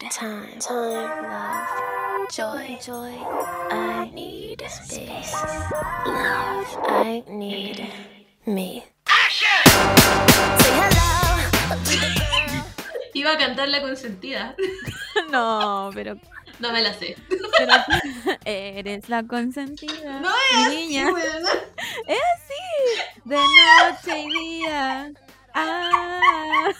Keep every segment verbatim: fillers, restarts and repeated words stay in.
time, time, love, joy, joy. I need space, love. I need me. Say hello to the girl. Iba a cantar La Consentida. No, pero... No me la sé. pero eres la consentida. No mi es niña. así, ¿verdad? Es así. De noche y día. Ah.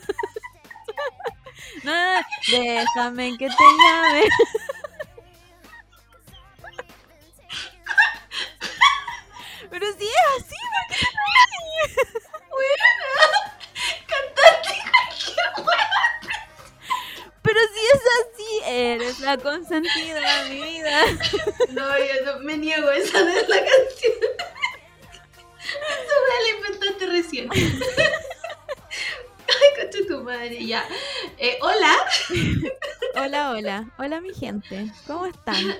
No, déjame que te llame. Pero si es así, ¿por qué te ríes? Buena. Cantaste cualquier hueá. Pero si es así, eres la consentida de mi vida. No, yo no me niego, esa no es la canción. Esa hueá la inventaste recién. Ay, concha tu madre, ya. Eh, hola. Hola, hola. Hola, mi gente. ¿Cómo están?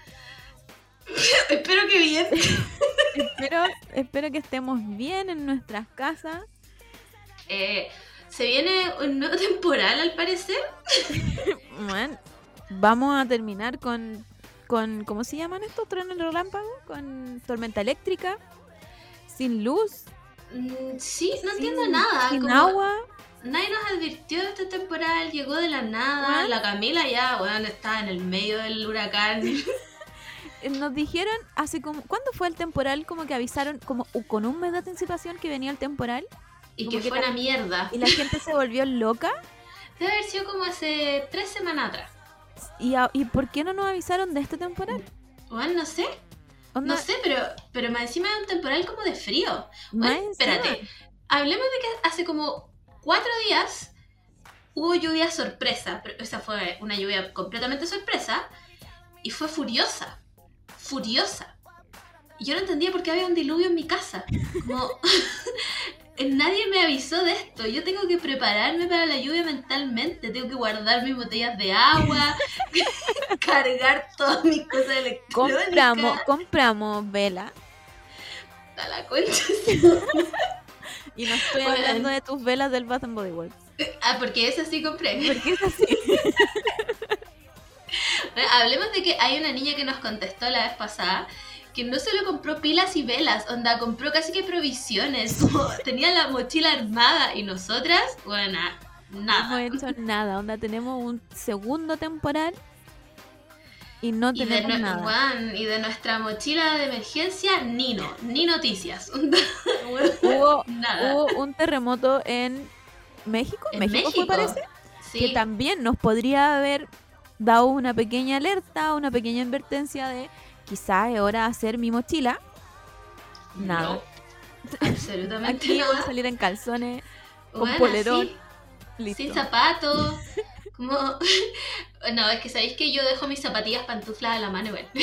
Espero que bien. Espero, espero que estemos bien en nuestras casas. Eh, se viene un nuevo temporal, al parecer. Man, vamos a terminar con, con... ¿Cómo se llaman estos trenes relámpagos? Con tormenta eléctrica, sin luz, Mm, sí, no sin, entiendo nada. sin como agua. Nadie nos advirtió de este temporal, llegó de la nada. Bueno. La Camila ya, bueno, estaba en el medio del huracán. Nos dijeron hace como... ¿Cuándo fue el temporal? Como que avisaron como uh, con un mes de anticipación que venía el temporal. Y Como que que fue la- una mierda. Y la gente se volvió loca. Debe haber sido como hace tres semanas atrás. ¿Y, a- ¿Y por qué no nos avisaron de este temporal? Bueno, no sé. Onda, No sé, pero, pero más encima es un temporal como de frío. más Bueno, encima. espérate. Hablemos de que hace como cuatro días hubo lluvia sorpresa. Pero esa fue una lluvia completamente sorpresa. Y fue furiosa. Furiosa. Y yo no entendía por qué había un diluvio en mi casa. Como... Nadie me avisó de esto. Yo tengo que prepararme para la lluvia mentalmente. Tengo que guardar mis botellas de agua, cargar todas mis cosas electrónicas. Compramos, compramos vela. A la concha. Y no estoy Bueno. hablando de tus velas del Bath and Body Works. Ah, porque esa sí compré. Porque es así. Bueno, hablemos de que hay una niña que nos contestó la vez pasada que no solo compró pilas y velas, onda, compró casi que provisiones, como tenía la mochila armada y nosotras, bueno, No nada. hemos hecho nada. Onda, tenemos un segundo temporal y no Y de, tenemos nue- nada. Juan, y de nuestra mochila de emergencia, ni no, ni noticias. Onda, bueno, Hubo, nada. hubo un terremoto en México. ¿En México, fue, México? parece. Sí. Que también nos podría haber dado una pequeña alerta, una pequeña advertencia de quizás es hora de hacer mi mochila. Nada. No, absolutamente Aquí voy a nada. salir en calzones, con Bueno, polerón. sí, Listo. sin zapatos. Como... No, es que sabéis que yo dejo mis zapatillas pantuflas a la mano igual.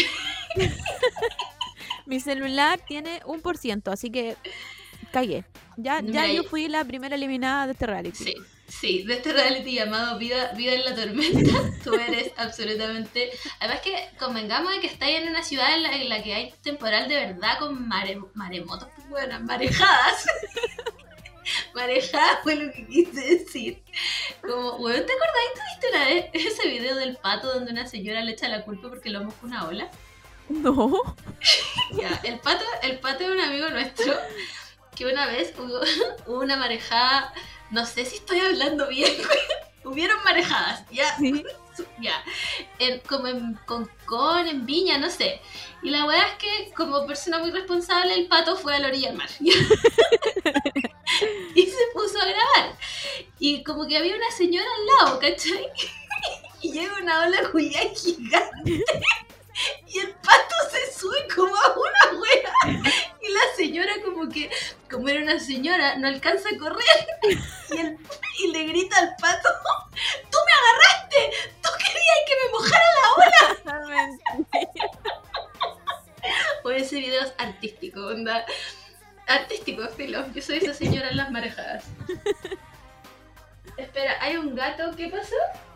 Mi celular tiene un por ciento, así que cagué. Ya, ya Mira, yo y- fui la primera eliminada de este reality. Sí, sí, de este reality llamado Vida, Vida en la Tormenta, tú eres absolutamente... Además que convengamos de que estáis en una ciudad en la, en la que hay temporal de verdad con mare, maremotos, bueno, marejadas. Marejadas fue lo que quise decir. Como, weón, ¿te acordás? ¿Tuviste una vez ese video del pato donde una señora le echa la culpa porque lo mojó una ola? No. Ya, el pato, el pato es un amigo nuestro que una vez hubo, hubo una marejada, no sé si estoy hablando bien, hubieron marejadas, ya, Sí. ya, en, como en Concón, en Viña, no sé. Y la weá es que como persona muy responsable el pato fue a la orilla del mar. ¿Ya? Y se puso a grabar. Y como que había una señora al lado, ¿cachai? Y llega una ola cuya gigante. Y el pato se sube como a una wea. Y la señora como que, como era una señora, no alcanza a correr. Y, el, y le grita al pato, ¡tú me agarraste! ¡Tú querías que me mojara la ola! Pues ese video es artístico, onda. Artístico, filo. Yo soy esa señora en las marejadas. Espera, hay un gato, ¿qué pasó?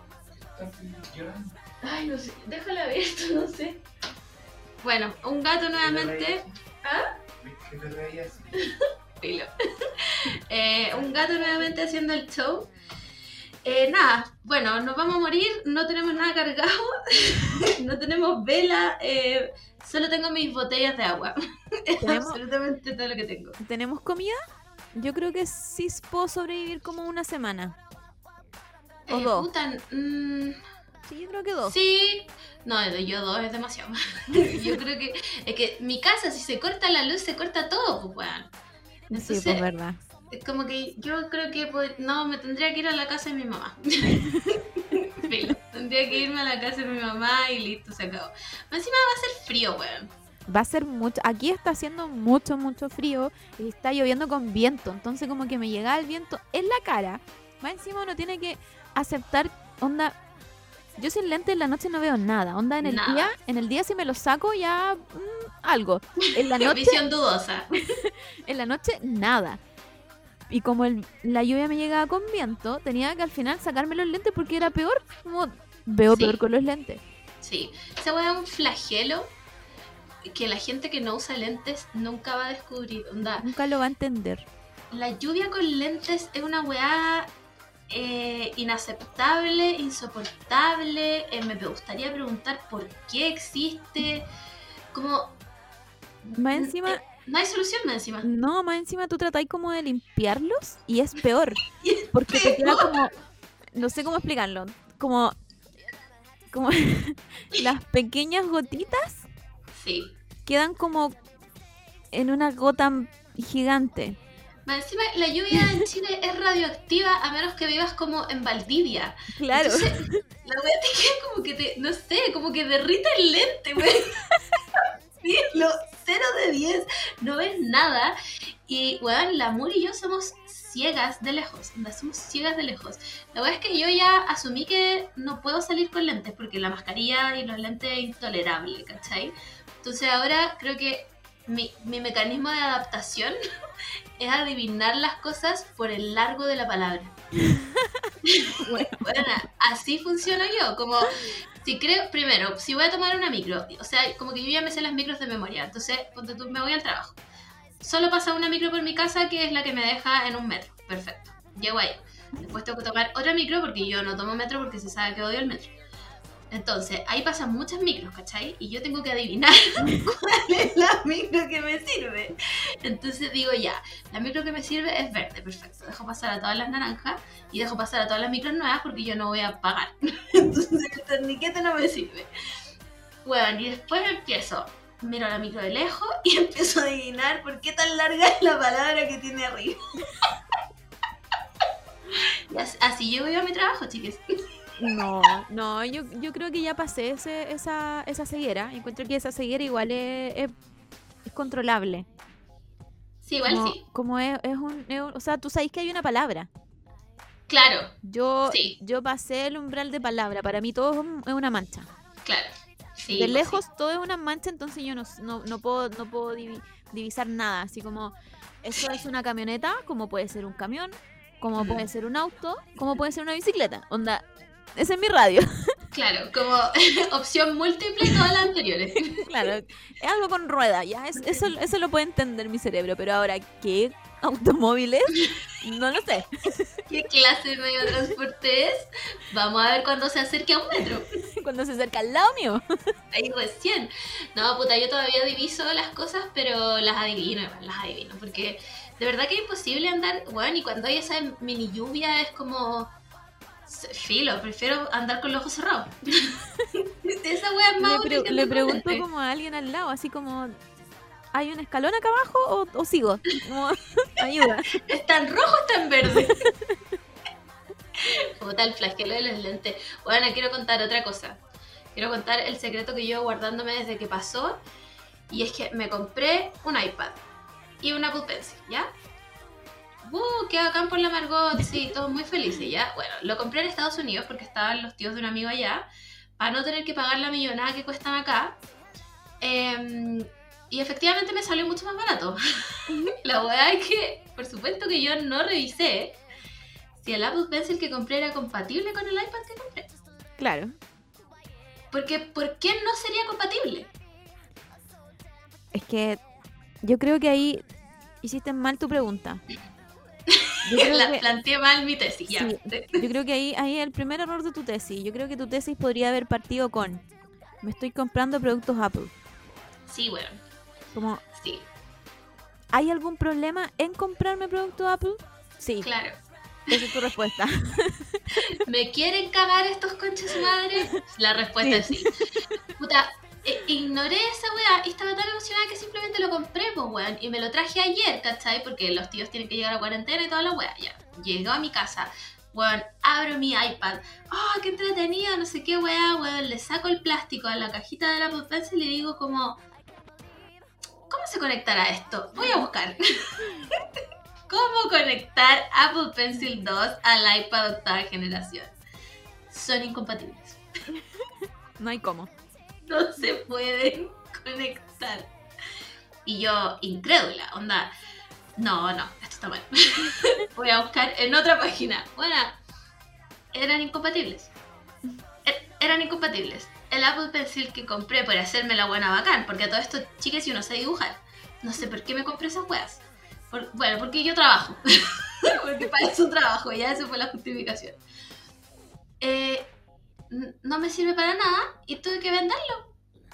Ay, no sé, déjala abierto, no sé. Bueno, un gato nuevamente. ¿Ah? ¿Qué te reías? Filo. Eh, un gato nuevamente haciendo el show. Eh, nada, bueno, nos vamos a morir, no tenemos nada cargado, no tenemos vela, eh, solo tengo mis botellas de agua. Es ¿Tenemos, absolutamente todo lo que tengo. ¿Tenemos comida? Yo creo que sí puedo sobrevivir como una semana. O Eh, dos. puta, mm, Sí, yo creo que dos. sí, no, yo dos es demasiado. Yo creo que es que mi casa, si se corta la luz, se corta todo, pues weón. Sí, Entonces, pues verdad. es como que yo creo que pod- no, me tendría que ir a la casa de mi mamá. Filo, tendría que irme a la casa de mi mamá y listo, se acabó. Más encima va a ser frío, weón. Va a ser mucho. Aquí está haciendo mucho, mucho frío y está lloviendo con viento. Entonces, como que me llega el viento en la cara. Más encima uno tiene que aceptar, onda. Yo sin lente en la noche no veo nada. Onda en el Nada. día, en el día si me lo saco ya mm, algo. En la noche, Visión dudosa. en la noche nada. Y como el- la lluvia me llegaba con viento, tenía que al final sacarme los lentes porque era peor. Como veo Sí. peor con los lentes. Sí, esa weá es un flagelo que la gente que no usa lentes nunca va a descubrir. Onda, Nunca lo va a entender. la lluvia con lentes es una weá eh, inaceptable, insoportable. Eh, me gustaría preguntar por qué existe. Como, Más encima, eh, no hay solución más encima. no, más encima tú tratáis como de limpiarlos y es peor. Y es Porque te queda peor. como, no sé cómo explicarlo, como, como las pequeñas gotitas Sí. quedan como en una gota gigante. Más encima, la lluvia en Chile es radioactiva a menos que vivas como en Valdivia. Claro. Entonces, la weá te queda como que te, no sé, como que derrita el lente, wey. Sí, lo cero de diez, no ves nada. Y, weón, la Muri y yo somos ciegas de lejos, onda, somos ciegas de lejos. La weá es que yo ya asumí que no puedo salir con lentes porque la mascarilla y los lentes es intolerable, ¿cachai? Entonces ahora creo que mi, mi mecanismo de adaptación es adivinar las cosas por el largo de la palabra. Bueno, Bueno, así funciono yo, como si creo, primero, si voy a tomar una micro, o sea, como que yo ya me sé las micros de memoria, entonces ponte tú, me voy al trabajo. Solo pasa una micro por mi casa que es la que me deja en un metro, perfecto, llego ahí. Después tengo que tomar otra micro porque yo no tomo metro porque se sabe que odio el metro. Entonces, ahí pasan muchas micros, ¿cachai? Y yo tengo que adivinar cuál es la micro que me sirve. Entonces digo, ya, la micro que me sirve es verde, perfecto. Dejo pasar a todas las naranjas y dejo pasar a todas las micros nuevas porque yo no voy a pagar. Entonces el torniquete no me sirve. Bueno, y después empiezo, miro la micro de lejos y empiezo a adivinar por qué tan larga es la palabra que tiene arriba. Y así, así yo voy a mi trabajo, chiques. no, no, yo, yo creo que ya pasé ese, esa, esa ceguera. Encuentro que esa ceguera igual es, es, es controlable. Sí, igual como, sí. Como es, es, un, es un- o sea, tú sabes que hay una palabra. Claro, Yo, Sí. yo pasé el umbral de palabra. Para mí todo es un- es una mancha. claro. Sí, De pues lejos sí. todo es una mancha, entonces yo no, no, no puedo, no puedo divi- divisar nada. Así como, eso es una camioneta, como puede ser un camión, como Mm. puede ser un auto, como puede ser una bicicleta. Onda, ese es mi radio. Claro, como opción múltiple todas las anteriores. Claro, es algo con rueda, ya, es- eso, eso lo puede entender mi cerebro, pero ahora, ¿qué automóvil es? No lo sé. ¿Qué clase de medio de transporte es? Vamos a ver cuando se acerque a un metro. Cuando se acerca al lado mío. Ahí recién. No, puta, yo todavía diviso las cosas, pero las adivino, igual, las adivino. Porque de verdad que es imposible andar, bueno, y cuando hay esa mini lluvia es como... Filo, prefiero andar con los ojos cerrados. Esa wea es más Le, útil pre- que le andar con pregunto lentes. como a alguien al lado, así como, ¿hay un escalón acá abajo o, o sigo? Como, ayuda. ¿Está en rojo o está en verde? Puta, el flagelo de los lentes. Bueno, quiero contar otra cosa. Quiero contar el secreto que llevo guardándome desde que pasó. Y es que me compré un iPad y una Apple Pencil, ¿ya? ¡Uh! ¡Qué bacán por la Margot! Sí, todos muy felices, ¿ya? Bueno, lo compré en Estados Unidos porque estaban los tíos de un amigo allá. Para no tener que pagar la millonada que cuestan acá. Eh, y efectivamente me salió mucho más barato. La verdad es que, por supuesto que yo no revisé si el Apple Pencil que compré era compatible con el iPad que compré. Claro. Porque, ¿por qué no sería compatible? Es que yo creo que ahí hiciste mal tu pregunta. Yo creo La que, planteé mal mi tesis, ya. sí, yo creo que ahí, ahí el primer error de tu tesis. Yo creo que tu tesis podría haber partido con: me estoy comprando productos Apple. Sí, weón. Como, Sí, ¿hay algún problema en comprarme productos Apple? Sí, claro. esa es tu respuesta. ¿Me quieren cagar estos conches su madre? La respuesta Sí. es sí. Puta, eh, ignoré esa weá y estaba tan emocionada que simplemente lo compré, pues weón. Y me lo traje ayer, ¿cachai? Porque los tíos tienen que llegar a cuarentena y toda la weá. Ya, llegó a mi casa, weón, abro mi iPad. ¡Oh, qué entretenido! No sé qué weá, weón. Le saco el plástico a la cajita de la Apple Pencil y le digo como... ¿Cómo se conectará esto? Voy a buscar. ¿Cómo conectar Apple Pencil dos al iPad octava generación? Son incompatibles. No hay cómo. No se pueden conectar. Y yo, incrédula, onda, no, no, esto está mal. Voy a buscar en otra página. Bueno, eran incompatibles. Er- eran incompatibles. El Apple Pencil que compré por hacerme la buena bacán, porque a todo esto, chicas, yo no sé dibujar. No sé por qué me compré esas weas. Por, bueno, porque yo trabajo. Porque para eso trabajo, ya esa fue la justificación. Eh, n- no me sirve para nada y tuve que venderlo.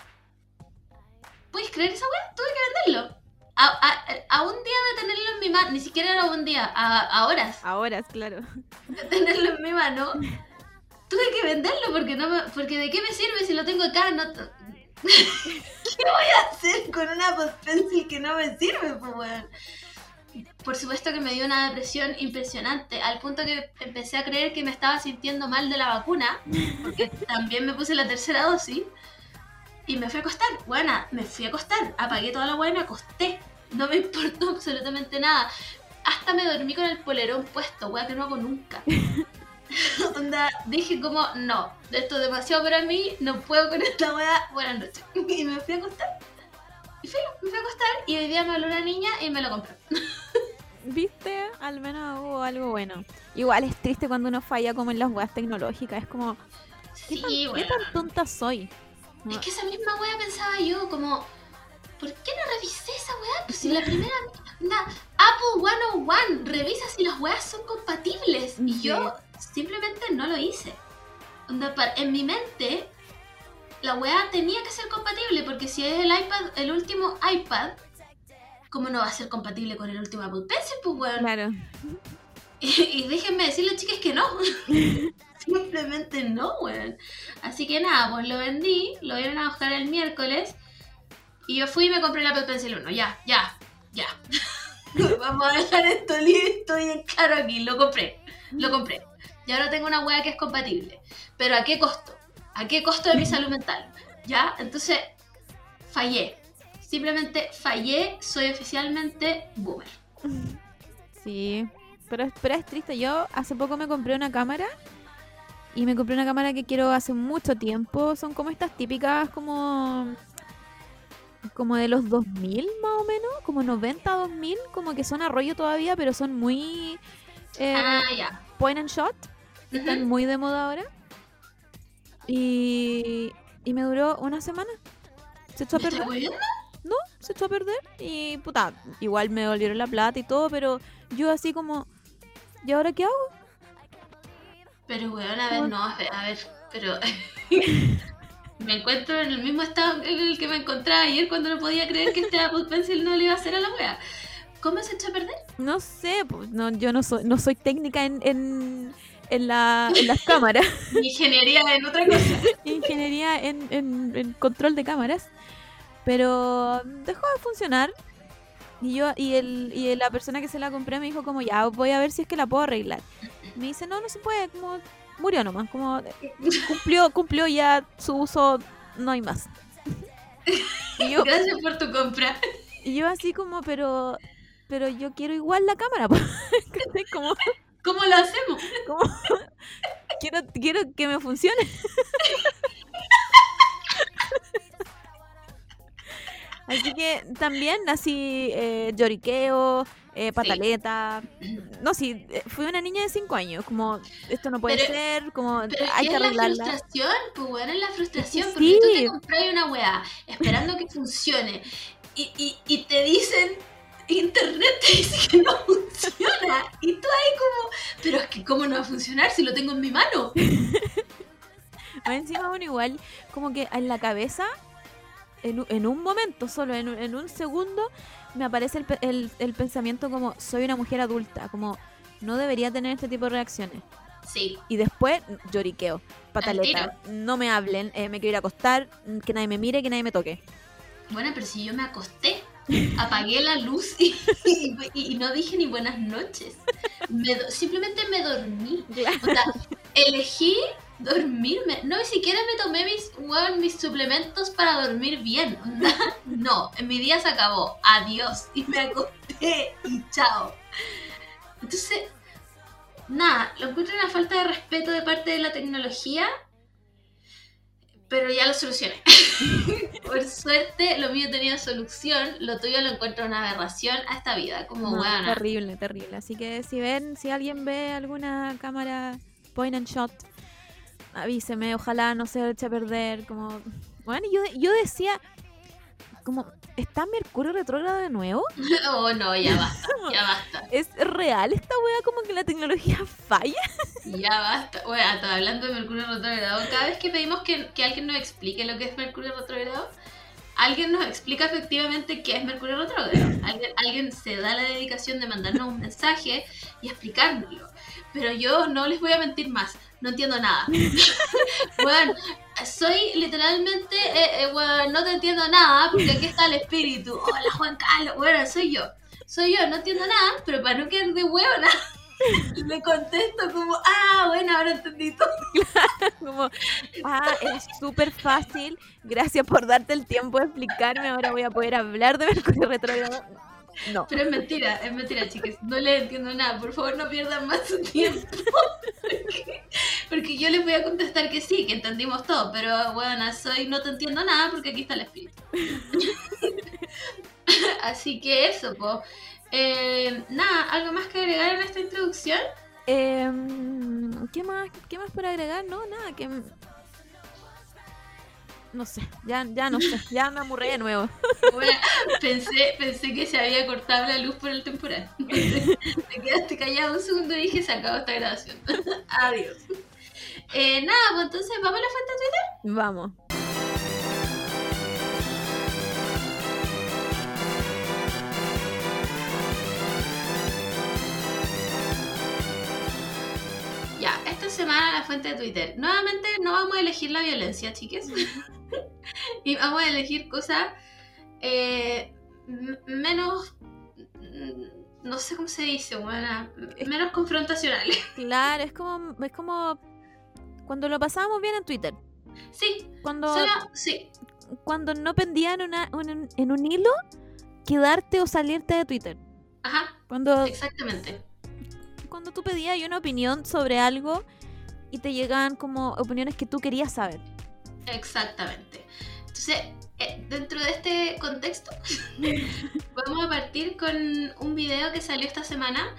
¿Puedes creer esa wea? Tuve que venderlo. A, a, a un día de tenerlo en mi mano, ni siquiera era un día, a, a horas Ahora es claro. de tenerlo en mi mano, tuve que venderlo porque no me, porque de qué me sirve si lo tengo acá. No t- ¿Qué voy a hacer con una Apple Pencil que no me sirve, pues weón? Por supuesto que me dio una depresión impresionante, al punto que empecé a creer que me estaba sintiendo mal de la vacuna, porque también me puse la tercera dosis, y me fui a acostar. Buena, me fui a acostar, apagué toda la weá y me acosté. No me importó absolutamente nada. Hasta me dormí con el polerón puesto, weá, que no hago nunca. Onda, dije como, no, esto es demasiado para mí, no puedo con esta weá, buenas noches. Y me fui a acostar. Y fui, me fui a acostar y hoy día me habló una niña y me lo compré. ¿Viste? Al menos hubo algo bueno. Igual es triste cuando uno falla como en las weas tecnológicas. Es como, ¿qué, Sí, tan, ¿qué bueno. tan tonta soy? Es que esa misma weá pensaba yo, como, ¿por qué no revisé esa weá? Pues si la primera, onda, Apple ciento uno, revisa si las weas son compatibles. Y Sí. yo simplemente no lo hice. Onda, pa- en mi mente, la weá tenía que ser compatible, porque si es el iPad, el último iPad, ¿cómo no va a ser compatible con el último Apple Pencil, pues weón? Claro. Y, y déjenme decirles, chicas, que no. Simplemente no, weón. Así que nada, pues lo vendí, lo vieron a buscar el miércoles y yo fui y me compré el Apple Pencil uno. Ya, ya, ya. Vamos a dejar esto listo y claro aquí, lo compré, lo compré. Y ahora tengo una weá que es compatible. Pero ¿a qué costo? ¿A qué costo de mi salud mental? ¿Ya? Entonces, fallé. Simplemente fallé, soy oficialmente boomer. Sí. Pero, pero es triste. Yo hace poco me compré una cámara. Y me compré una cámara que quiero hace mucho tiempo. Son como estas típicas como... Como de los dos mil más o menos. Como noventa, dos mil. Como que son a rollo todavía, pero son muy... eh, Ah, ya. point and shot. Están Ujú. muy de moda ahora. Y, y me duró una semana. Se echó a ¿Me estás perder. hueviando? No, se echó a perder. Y puta, igual me volvieron la plata y todo, pero yo así como, ¿y ahora qué hago? Pero, weón, a ver, ¿Cómo? no, a ver, a ver, pero... me encuentro en el mismo estado en el que me encontraba ayer cuando no podía creer que este Apple Pencil no le iba a hacer a la wea. ¿Cómo se echó a perder? No sé, pues no, yo no soy, no soy técnica en, en, en, la, en las cámaras. Mi ingeniería en otra cosa. Ingeniería en, en, en control de cámaras. Pero dejó de funcionar. Y yo y, el, y la persona que se la compré me dijo como, ya, voy a ver si es que la puedo arreglar. Me dice, no, no se puede, como murió nomás, como cumplió, cumplió ya su uso, no hay más. Y yo, Gracias por tu compra. y yo así como, pero pero yo quiero igual la cámara, po. como, ¿Cómo lo hacemos? como quiero, quiero que me funcione. Así que también así eh, lloriqueo, eh, pataleta. No, sí, eh, fui una niña de cinco años, como esto no puede Pero- ser, como Pero es hay que que es la arreglarla. frustración, pues weón, es la frustración, Es que porque tú te sí. compras una weá esperando que funcione y, y, y te dicen internet te dice que no funciona. Y tú ahí como, pero es que ¿cómo no va a funcionar si lo tengo en mi mano? Más encima uno igual, como que en la cabeza, en, en un momento solo, en, en un segundo, me aparece el, el, el pensamiento como, soy una mujer adulta, como, no debería tener este tipo de reacciones. Sí. Y después lloriqueo, pataleta, no me hablen, eh, me quiero ir a acostar, que nadie me mire, que nadie me toque. Bueno, pero si yo me acosté, apagué la luz y, y, y no dije ni buenas noches. Me do- simplemente me dormí. Claro. O sea, elegí dormirme. No, ni siquiera me tomé mis, bueno, mis suplementos para dormir bien. No, en mi día se acabó. Adiós. Y me acosté y chao. Entonces, nada, lo encuentro una falta de respeto de parte de la tecnología, pero ya lo solucioné. Por suerte, lo mío tenía solución, lo tuyo lo encuentro una aberración a esta vida, como No, buena. terrible, terrible. Así que si ven, si alguien ve alguna cámara point and shot, avíseme, ojalá no se eche a perder. Como, bueno, yo, yo decía, como, ¿está Mercurio retrógrado de nuevo? Oh, no, ya basta, ya basta. ¿Es real esta wea como que la tecnología falla? Ya basta. Bueno, hablando de Mercurio retrógrado, cada vez que pedimos que, que alguien nos explique lo que es Mercurio retrógrado, alguien nos explica efectivamente qué es Mercurio retrógrado. Alguien, alguien se da la dedicación de mandarnos un mensaje y explicárnoslo. Pero yo no les voy a mentir más, no entiendo nada. Bueno, soy literalmente, eh, eh, bueno, no te entiendo nada porque aquí está el espíritu. Hola Juan Carlos, bueno, soy yo. Soy yo, no entiendo nada, pero para no quedar de huevona, le contesto como, ah, bueno, ahora entendí todo. Como, ah, es súper fácil, gracias por darte el tiempo de explicarme, ahora voy a poder hablar de Mercurio retrógrado. No. Pero es mentira, es mentira, chicas. No les entiendo nada. Por favor, no pierdan más su tiempo. Porque, porque yo les voy a contestar que sí, que entendimos todo. Pero bueno, soy no te entiendo nada porque aquí está el espíritu. Así que eso, pues. Eh, nada, ¿algo más que agregar en esta introducción? Eh, ¿Qué más? ¿Qué más por agregar? No, nada, que... No sé, ya, ya no sé, ya me amurré de nuevo. Bueno, pensé, pensé que se había cortado la luz por el temporal. Te quedaste callado un segundo y dije, se acabó esta grabación. Adiós. Eh, nada, pues entonces, ¿vamos a la fuente de Twitter? Vamos. Ya, esta semana la fuente de Twitter. Nuevamente no vamos a elegir la violencia, chiques. Y vamos a elegir cosas eh, m- menos... No sé cómo se dice, buena, menos confrontacionales. Claro, es como, es como cuando lo pasábamos bien en Twitter. Sí, Cuando, solo, sí. cuando no pendía en, una, un- en un hilo quedarte o salirte de Twitter. Ajá, Cuando, exactamente. cuando tú pedías una opinión sobre algo y te llegaban como opiniones que tú querías saber. Exactamente. Entonces, eh, dentro de este contexto, vamos a partir con un video que salió esta semana.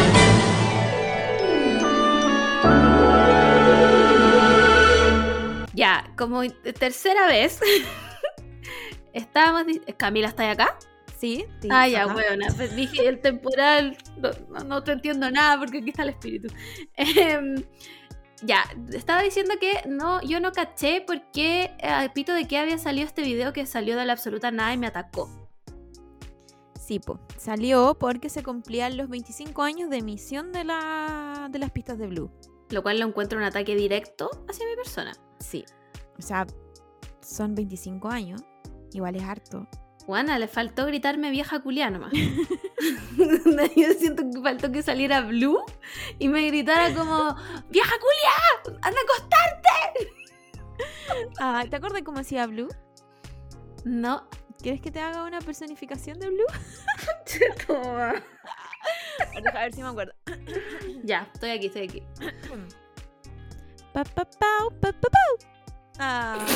Ya, como tercera vez, estábamos... Camila, ¿estás acá? ¿Sí? sí Ah, ya, ajá. bueno, pues dije el temporal, no, no, no te entiendo nada porque aquí está el espíritu. Eh, ya, estaba diciendo que no, yo no caché por qué, al pito de qué había salido este video que salió de la absoluta nada y me atacó. Sí, po. Salió porque se cumplían los veinticinco años de emisión de, la, de las pistas de Blue. Lo cual lo encuentro un ataque directo hacia mi persona. Sí. O sea, son veinticinco años. Igual es harto. Juana, le faltó gritarme vieja culiá nomás. Yo siento que faltó que saliera Blue y me gritara como ¡vieja culiá! ¡Anda a acostarte! Ah, ¿te acuerdas cómo decía Blue? No. ¿Quieres que te haga una personificación de Blue? Toma. Deja ver si me acuerdo. Ya, estoy aquí, estoy aquí. Pa, pa, pau, pa, pa, pau. Ah.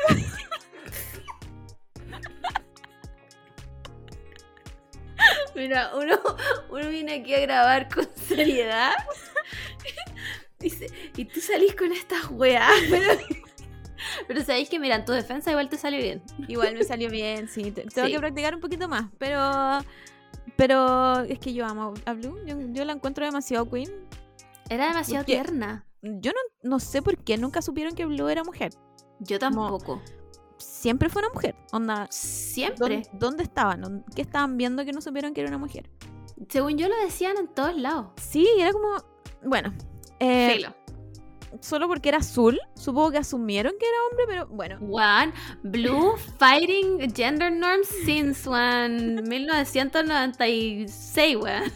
Mira, uno, uno viene aquí a grabar con seriedad. Dice, y tú salís con estas weas. Pero, pero sabéis que, mira, en tu defensa igual te salió bien. Igual me salió bien, sí. Te- Tengo Sí. que practicar un poquito más, pero Pero es que yo amo a Blue. Yo, yo la encuentro demasiado queen. Era demasiado Porque- tierna. Yo no, no sé por qué nunca supieron que Blue era mujer. Yo tampoco. Siempre fue una mujer. Onda, Siempre. ¿dónde, ¿dónde estaban? ¿Qué estaban viendo que no supieron que era una mujer? Según yo lo decían en todos lados. Sí, era como... Bueno, eh, Filo. solo porque era azul, supongo que asumieron que era hombre, pero bueno. One, Blue fighting gender norms since one, mil novecientos noventa y seis, weón.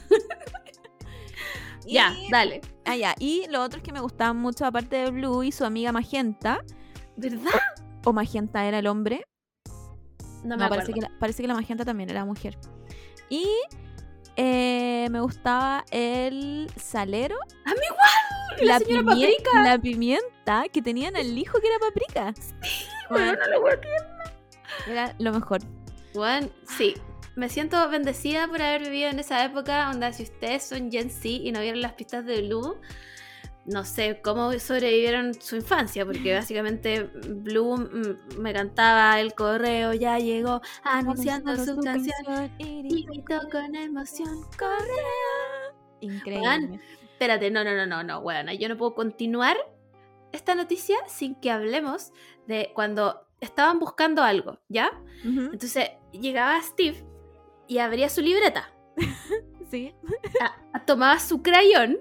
Ya, Y- dale. Ah, ya. Y lo otro es que me gustaban mucho, aparte de Blue y su amiga Magenta. ¿Verdad? ¿O Magenta era el hombre? No me No, acuerdo. parece que, la, parece que la Magenta también era mujer. Y eh, me gustaba el salero. ¡A mí igual! La señora pimie- Paprika. La pimienta que tenían al hijo que era Paprika. Bueno, no lo voy a creer. Era lo mejor. Bueno, sí. Me siento bendecida por haber vivido en esa época. Onda, si ustedes son Gen Z y no vieron las pistas de Blue, no sé cómo sobrevivieron su infancia, porque básicamente Blue mm, me cantaba el correo, ya llegó anunciando su canción. Y gritó con emoción, correo. Increíble. Weón, espérate, no, no, no, no, no, bueno, yo no puedo continuar esta noticia sin que hablemos de cuando estaban buscando algo, ¿ya? Ujú, Entonces llegaba Steve y abría su libreta, sí. a- a- tomaba su crayón,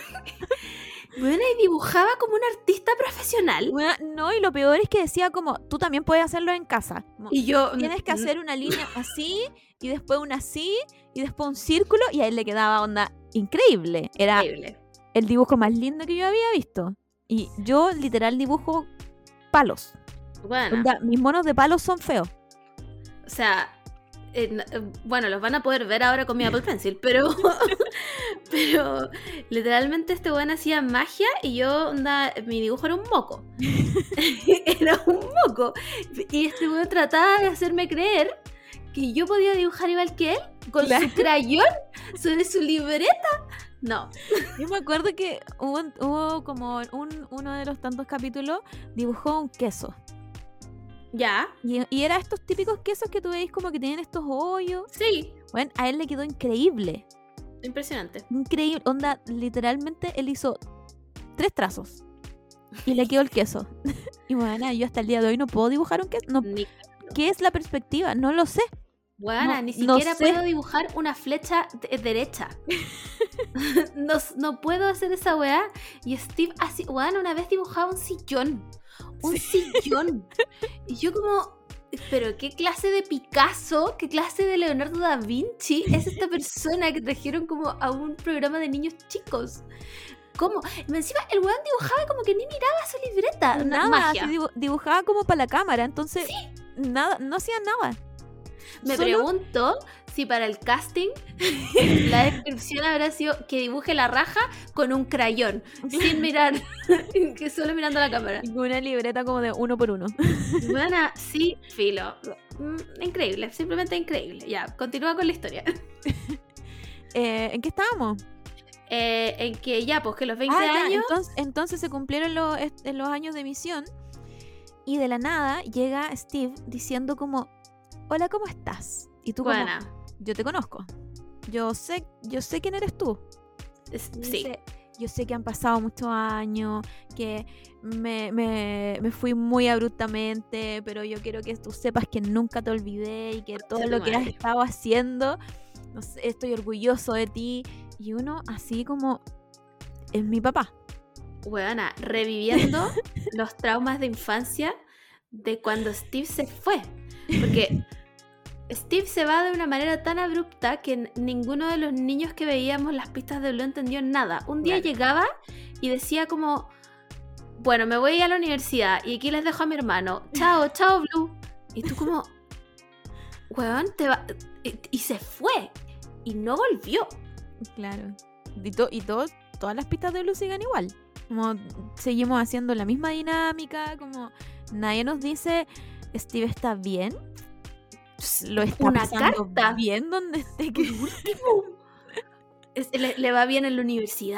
bueno, y dibujaba como un artista profesional. Bueno, no, y lo peor es que decía como, tú también puedes hacerlo en casa. Como, Y yo... tienes que mm, hacer una línea así, y después una así, y después un círculo, y a él le quedaba onda increíble. Era Increíble. el dibujo más lindo que yo había visto. Y yo literal dibujo palos. Bueno, Onda, mis monos de palos son feos. o sea... eh, n- eh, bueno, los van a poder ver ahora con mi Apple Pencil, pero... pero literalmente este weón hacía magia y yo, onda, mi dibujo era un moco. Era un moco. Y este weón trataba de hacerme creer que yo podía dibujar igual que él, con Claro. su crayón sobre su libreta. No. Yo me acuerdo que hubo, hubo como un, uno de los tantos capítulos, dibujó un queso. Ya. Y, y era estos típicos quesos que tú veis como que tienen estos hoyos. Sí. Bueno, a él le quedó increíble. Impresionante. Increíble. Onda, literalmente él hizo tres trazos. Y le quedó el queso. Y bueno, yo hasta el día de hoy no puedo dibujar un queso. No, Ni... ¿qué es la perspectiva? No lo sé. Buena, No- ni no siquiera sé. puedo dibujar una flecha de- derecha. no, no puedo hacer esa weá. Y Steve así, weón, una vez dibujaba un sillón. Un sillón. Y yo como, pero ¿qué clase de Picasso, qué clase de Leonardo da Vinci es esta persona que trajeron como a un programa de niños chicos? ¿Cómo? Y encima el weón dibujaba como que ni miraba su libreta. Una Nada, magia. así dibu- dibujaba como para la cámara. Entonces, nada, no hacía nada. Me Solo- pregunto si para el casting la descripción habrá sido que dibuje la raja con un crayón, sin mirar, que solo mirando la cámara. Y con una libreta como de uno por uno. Bueno, sí, filo. Mm, Increíble, simplemente increíble. Ya, continúa con la historia. Eh, ¿En qué estábamos? Eh, en que ya, pues que los veinte Ah, ya, años... Entonces, entonces se cumplieron los, est- los años de emisión y de la nada llega Steve diciendo como, hola, ¿cómo estás? Y tú como, Buena. yo te conozco. Yo sé, yo sé quién eres tú. Es- Y Sí. dice, yo sé que han pasado muchos años, que me, me, me fui muy abruptamente, pero yo quiero que tú sepas que nunca te olvidé y que todo Concha lo tu que has madre. estado haciendo, no sé, estoy orgulloso de ti. Y uno así como, es mi papá. Buena, reviviendo los traumas de infancia de cuando Steve se fue. Porque Steve se va de una manera tan abrupta que n- ninguno de los niños que veíamos las pistas de Blue entendió nada. Un día Claro. llegaba y decía como, bueno, me voy a la universidad y aquí les dejo a mi hermano. Chao, chao Blue. Y tú como, weón, te va... Y, y se fue. Y no volvió. Claro. Y, to- y todo, todas las pistas de Blue siguen igual. Como seguimos haciendo la misma dinámica, como nadie nos dice, Steve está bien. Lo está Una pasando carta. bien donde esté. que- Es- Le, le va bien en la universidad.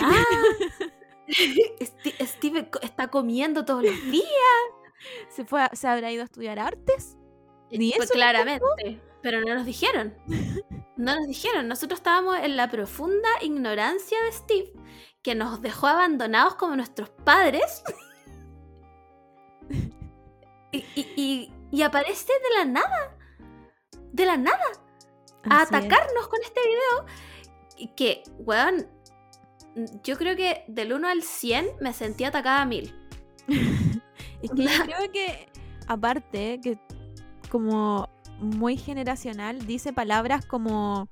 Sti- Steve co- está comiendo todos los días. ¿Se, fue a- ¿Se habrá ido a estudiar artes? Ni Pues eso claramente. Pero no nos dijeron. No nos dijeron, nosotros estábamos en la profunda ignorancia de Steve, que nos dejó abandonados como nuestros padres. y, y, y, y aparece de la nada, de la nada, a Así atacarnos es. con este video. Y que, weón, yo creo que del uno al cien me sentí atacada a mil. Es que yo creo que, aparte, que como muy generacional, dice palabras como...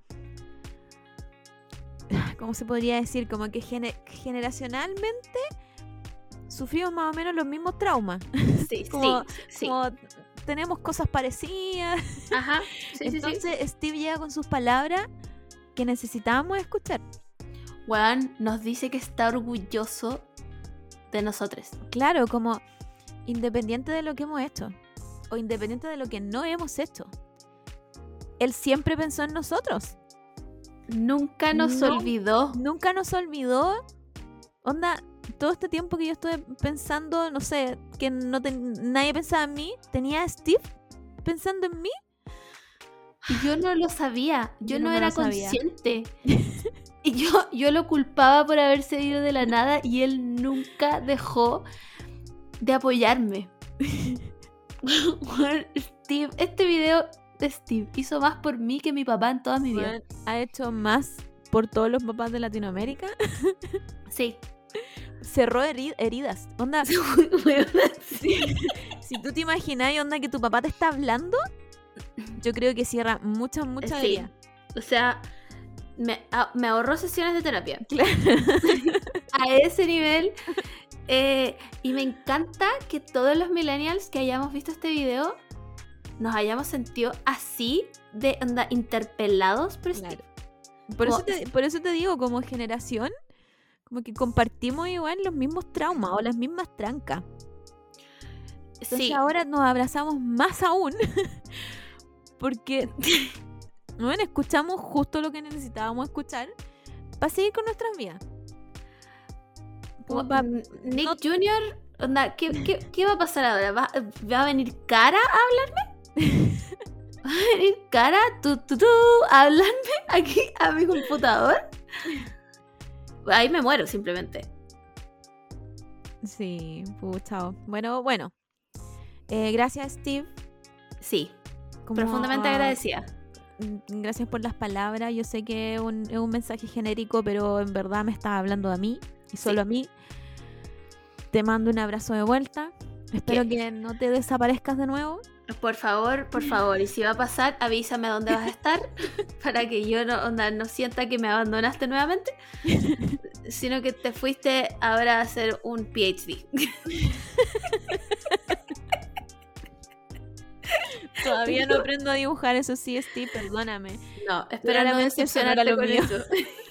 ¿Cómo se podría decir? Como que gene- generacionalmente sufrimos más o menos los mismos traumas. Sí, como, sí, sí. como tenemos cosas parecidas. Ajá, sí, Entonces sí, sí. Steve llega con sus palabras que necesitábamos escuchar. Weón, nos dice que está orgulloso de nosotros. Claro, como independiente de lo que hemos hecho o independiente de lo que no hemos hecho, él siempre pensó en nosotros. Nunca nos No. olvidó. Nunca nos olvidó. Onda, todo este tiempo que yo estuve pensando, no sé, que no ten- nadie pensaba en mí, tenía a Steve pensando en mí. Y yo no lo sabía. Yo, Yo no, no me era lo sabía. consciente. Y yo, yo lo culpaba por haberse ido de la nada y él nunca dejó de apoyarme. Bueno, Steve, este video de Steve hizo más por mí que mi papá en toda mi vida. Bueno, ha hecho más por todos los papás de Latinoamérica. Sí. Cerró heri- heridas. Onda, Weona, sí. si tú te imaginas, onda, que tu papá te está hablando, yo creo que cierra muchas, muchas Sí. heridas. O sea, me, a- me ahorró sesiones de terapia. Claro. A ese nivel. Eh, y me encanta que todos los millennials que hayamos visto este video nos hayamos sentido así de onda interpelados por Steve. Claro. Por, Como- eso te, por eso te digo, como generación, como que compartimos igual los mismos traumas o las mismas trancas. Entonces Sí, ahora nos abrazamos más aún porque bueno, escuchamos justo lo que necesitábamos escuchar para seguir con nuestras vidas. Como pa- mm, Nick no- Junior, onda, ¿qué, qué, qué va a pasar ahora? ¿Va, va a venir Cara a hablarme? ¿Va a venir Cara, tú, tú, tú, a hablarme aquí a mi computador? Ahí me muero simplemente. Sí, pucha. Bueno, bueno. Eh, gracias, Steve. Sí, Como- profundamente agradecida. Mm, Gracias por las palabras. Yo sé que es un, es un mensaje genérico, pero en verdad me estás hablando a mí y solo Sí. a mí. Te mando un abrazo de vuelta. Espero ¿Qué? que no te desaparezcas de nuevo. Por favor, por favor, y si va a pasar, avísame dónde vas a estar para que yo no, onda, no sienta que me abandonaste nuevamente, sino que te fuiste ahora a hacer un P H D. Todavía no aprendo a dibujar, eso sí, Steve, perdóname. No, espero no Claramente eso no era decepcionarte lo con mío. eso.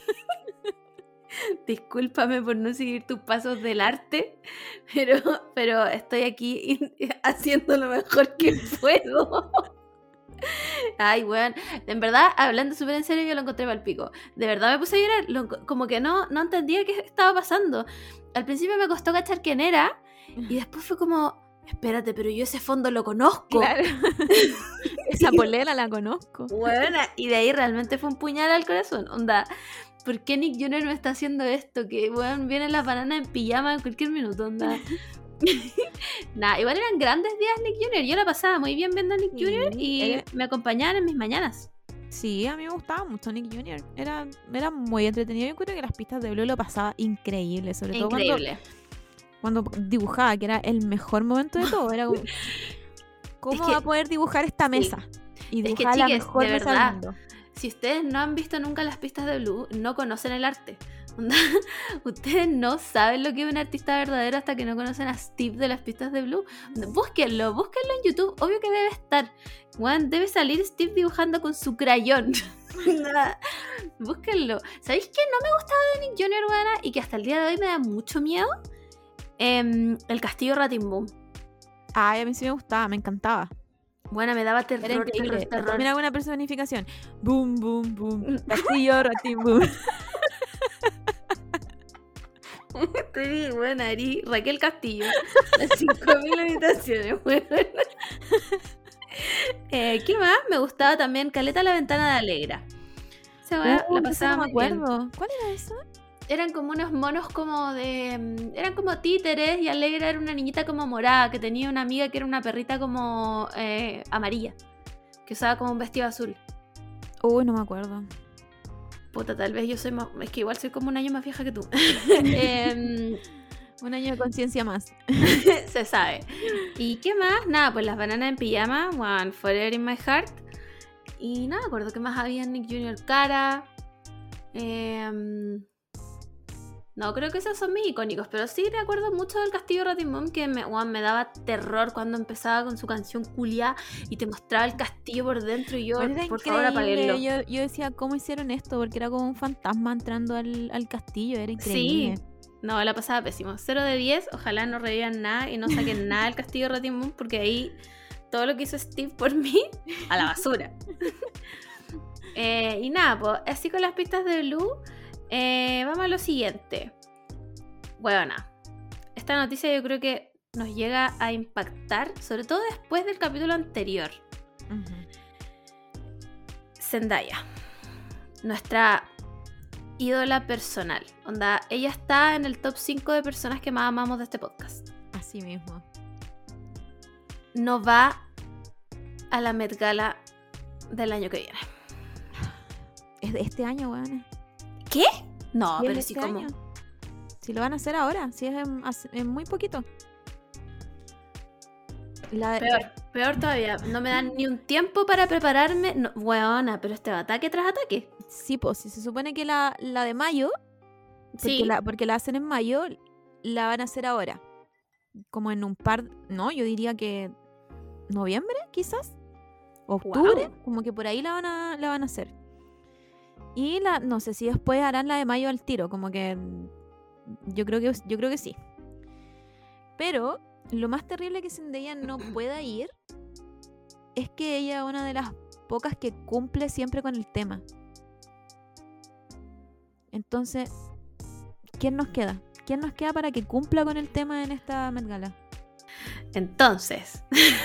Discúlpame por no seguir tus pasos del arte, pero, pero estoy aquí haciendo lo mejor que puedo. Ay, weón. En verdad, hablando súper en serio, yo lo encontré mal pico. De verdad me puse a llorar. Lo enco- como que no, no entendía qué estaba pasando. Al principio me costó cachar quién era. Y después fue como, espérate, pero yo ese fondo lo conozco. Claro. Esa polera la conozco. Buena. Y de ahí realmente fue un puñal al corazón. Onda, ¿por qué Nick Junior me está haciendo esto? Que, weón, viene la banana en pijama en cualquier minuto, onda. Nah, igual eran grandes días Nick Junior. Yo la pasaba muy bien viendo a Nick Sí, Junior y era- me acompañaban en mis mañanas. Sí, a mí me gustaba mucho Nick Junior Era, era muy entretenido. Yo creo que las pistas de Blue lo pasaba increíble, sobre todo cuando, Increíble. cuando dibujaba, que era el mejor momento de todo. Era como, ¿cómo Es que- va a poder dibujar esta mesa? Y Es que, dibujar la chiques, mejor de mesa verdad, del mundo. Si ustedes no han visto nunca las pistas de Blue, no conocen el arte. Onda, ustedes no saben lo que es un artista verdadero hasta que no conocen a Steve de las pistas de Blue. Búsquenlo, búsquenlo en YouTube. Obvio que debe estar. Juan, debe salir Steve dibujando con su crayón. Onda, búsquenlo. ¿Sabéis qué no me gustaba de Nick Junior, buena? Y que hasta el día de hoy me da mucho miedo. Em, el castillo Ratimbum. Ay, a mí sí me gustaba, me encantaba. Bueno, me daba terror, Era increíble. terror, terror. Mira alguna personificación. Boom, boom, boom. Castillo, ratín, boom. Estoy buena, Ari. Raquel Castillo. Las cinco mil habitaciones, bueno. Eh, ¿Qué más? Me gustaba también Caleta la ventana de Alegra. esta weá, Uh, la esa pasaba no me muy bien. acuerdo. ¿Cuál era esa? Eran como unos monos como de... Eran como títeres y Alegra era una niñita como morada que tenía una amiga que era una perrita como eh, amarilla. Que usaba como un vestido azul. Uy, no me acuerdo. Puta, tal vez yo soy más... Es que igual soy como un año más vieja que tú. eh, Un año de conciencia más. se sabe. ¿Y qué más? Nada, pues las bananas en pijama. One Forever in My Heart. Y no me acuerdo qué más había. Nick junior Cara. Eh... No, creo que esos son mis icónicos, pero sí me acuerdo mucho del Castillo Ratimón, que me, wow, me daba terror cuando empezaba con su canción culiá y te mostraba el castillo por dentro y yo, Pero era por favor, increíble. apaguenlo. Yo, yo decía, ¿cómo hicieron esto? Porque era como un fantasma entrando al, al castillo, era increíble. Sí, no, la pasaba pésimo. cero de diez, ojalá no revivan nada y no saquen nada del Castillo Ratimón, porque ahí todo lo que hizo Steve por mí, a la basura. eh, y nada, pues así con las pistas de Blue. Eh, vamos a lo siguiente. Bueno, esta noticia yo creo que nos llega a impactar, sobre todo después del capítulo anterior. Uh-huh. Zendaya, nuestra ídola personal. Onda, ella está en el top cinco de personas que más amamos de este podcast. Así mismo. No va a la Met Gala del año que viene. Es de este año, weón. ¿Qué? No, sí, pero este sí como... año. Si lo van a hacer ahora, si es en, en muy poquito. La... Peor, peor todavía. No me dan ni un tiempo para prepararme. No, weona, pero este va ataque tras ataque. Sí, pues si se supone que la, la de mayo, porque, sí. la, porque la hacen en mayo, la van a hacer ahora. Como en un par, no, yo diría que noviembre, quizás. Octubre, wow. Como que por ahí la van a, la van a hacer. Y la, no sé si después harán la de mayo al tiro, como que yo creo que yo creo que sí. Pero lo más terrible que Zendaya no pueda ir es que ella es una de las pocas que cumple siempre con el tema. Entonces, ¿quién nos queda? ¿Quién nos queda para que cumpla con el tema en esta Met Gala? Entonces,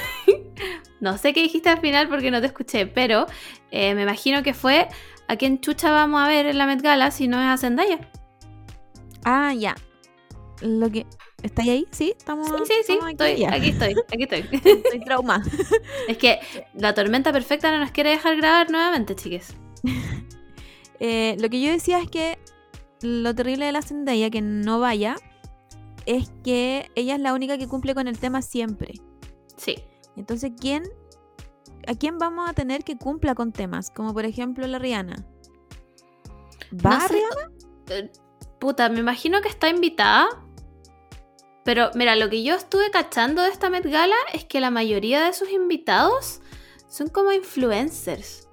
no sé qué dijiste al final porque no te escuché, pero eh, me imagino que fue a quién chucha vamos a ver en la Met Gala si no es a Zendaya. Ah, ya. Lo que... ¿Estáis ahí? ¿Sí? ¿Estamos, sí, sí, sí. estamos aquí? Estoy, aquí estoy, aquí estoy. Estoy traumada. Es que la tormenta perfecta no nos quiere dejar grabar nuevamente, chiques. eh, lo que yo decía es que lo terrible de la Zendaya, que no vaya, es que ella es la única que cumple con el tema siempre. Sí. Entonces, ¿quién, ¿a quién vamos a tener que cumpla con temas? Como por ejemplo la Rihanna. ¿Va no sé, Rihanna? Eh, puta, me imagino que está invitada. Pero mira, lo que yo estuve cachando de esta Met Gala es que la mayoría de sus invitados son como influencers.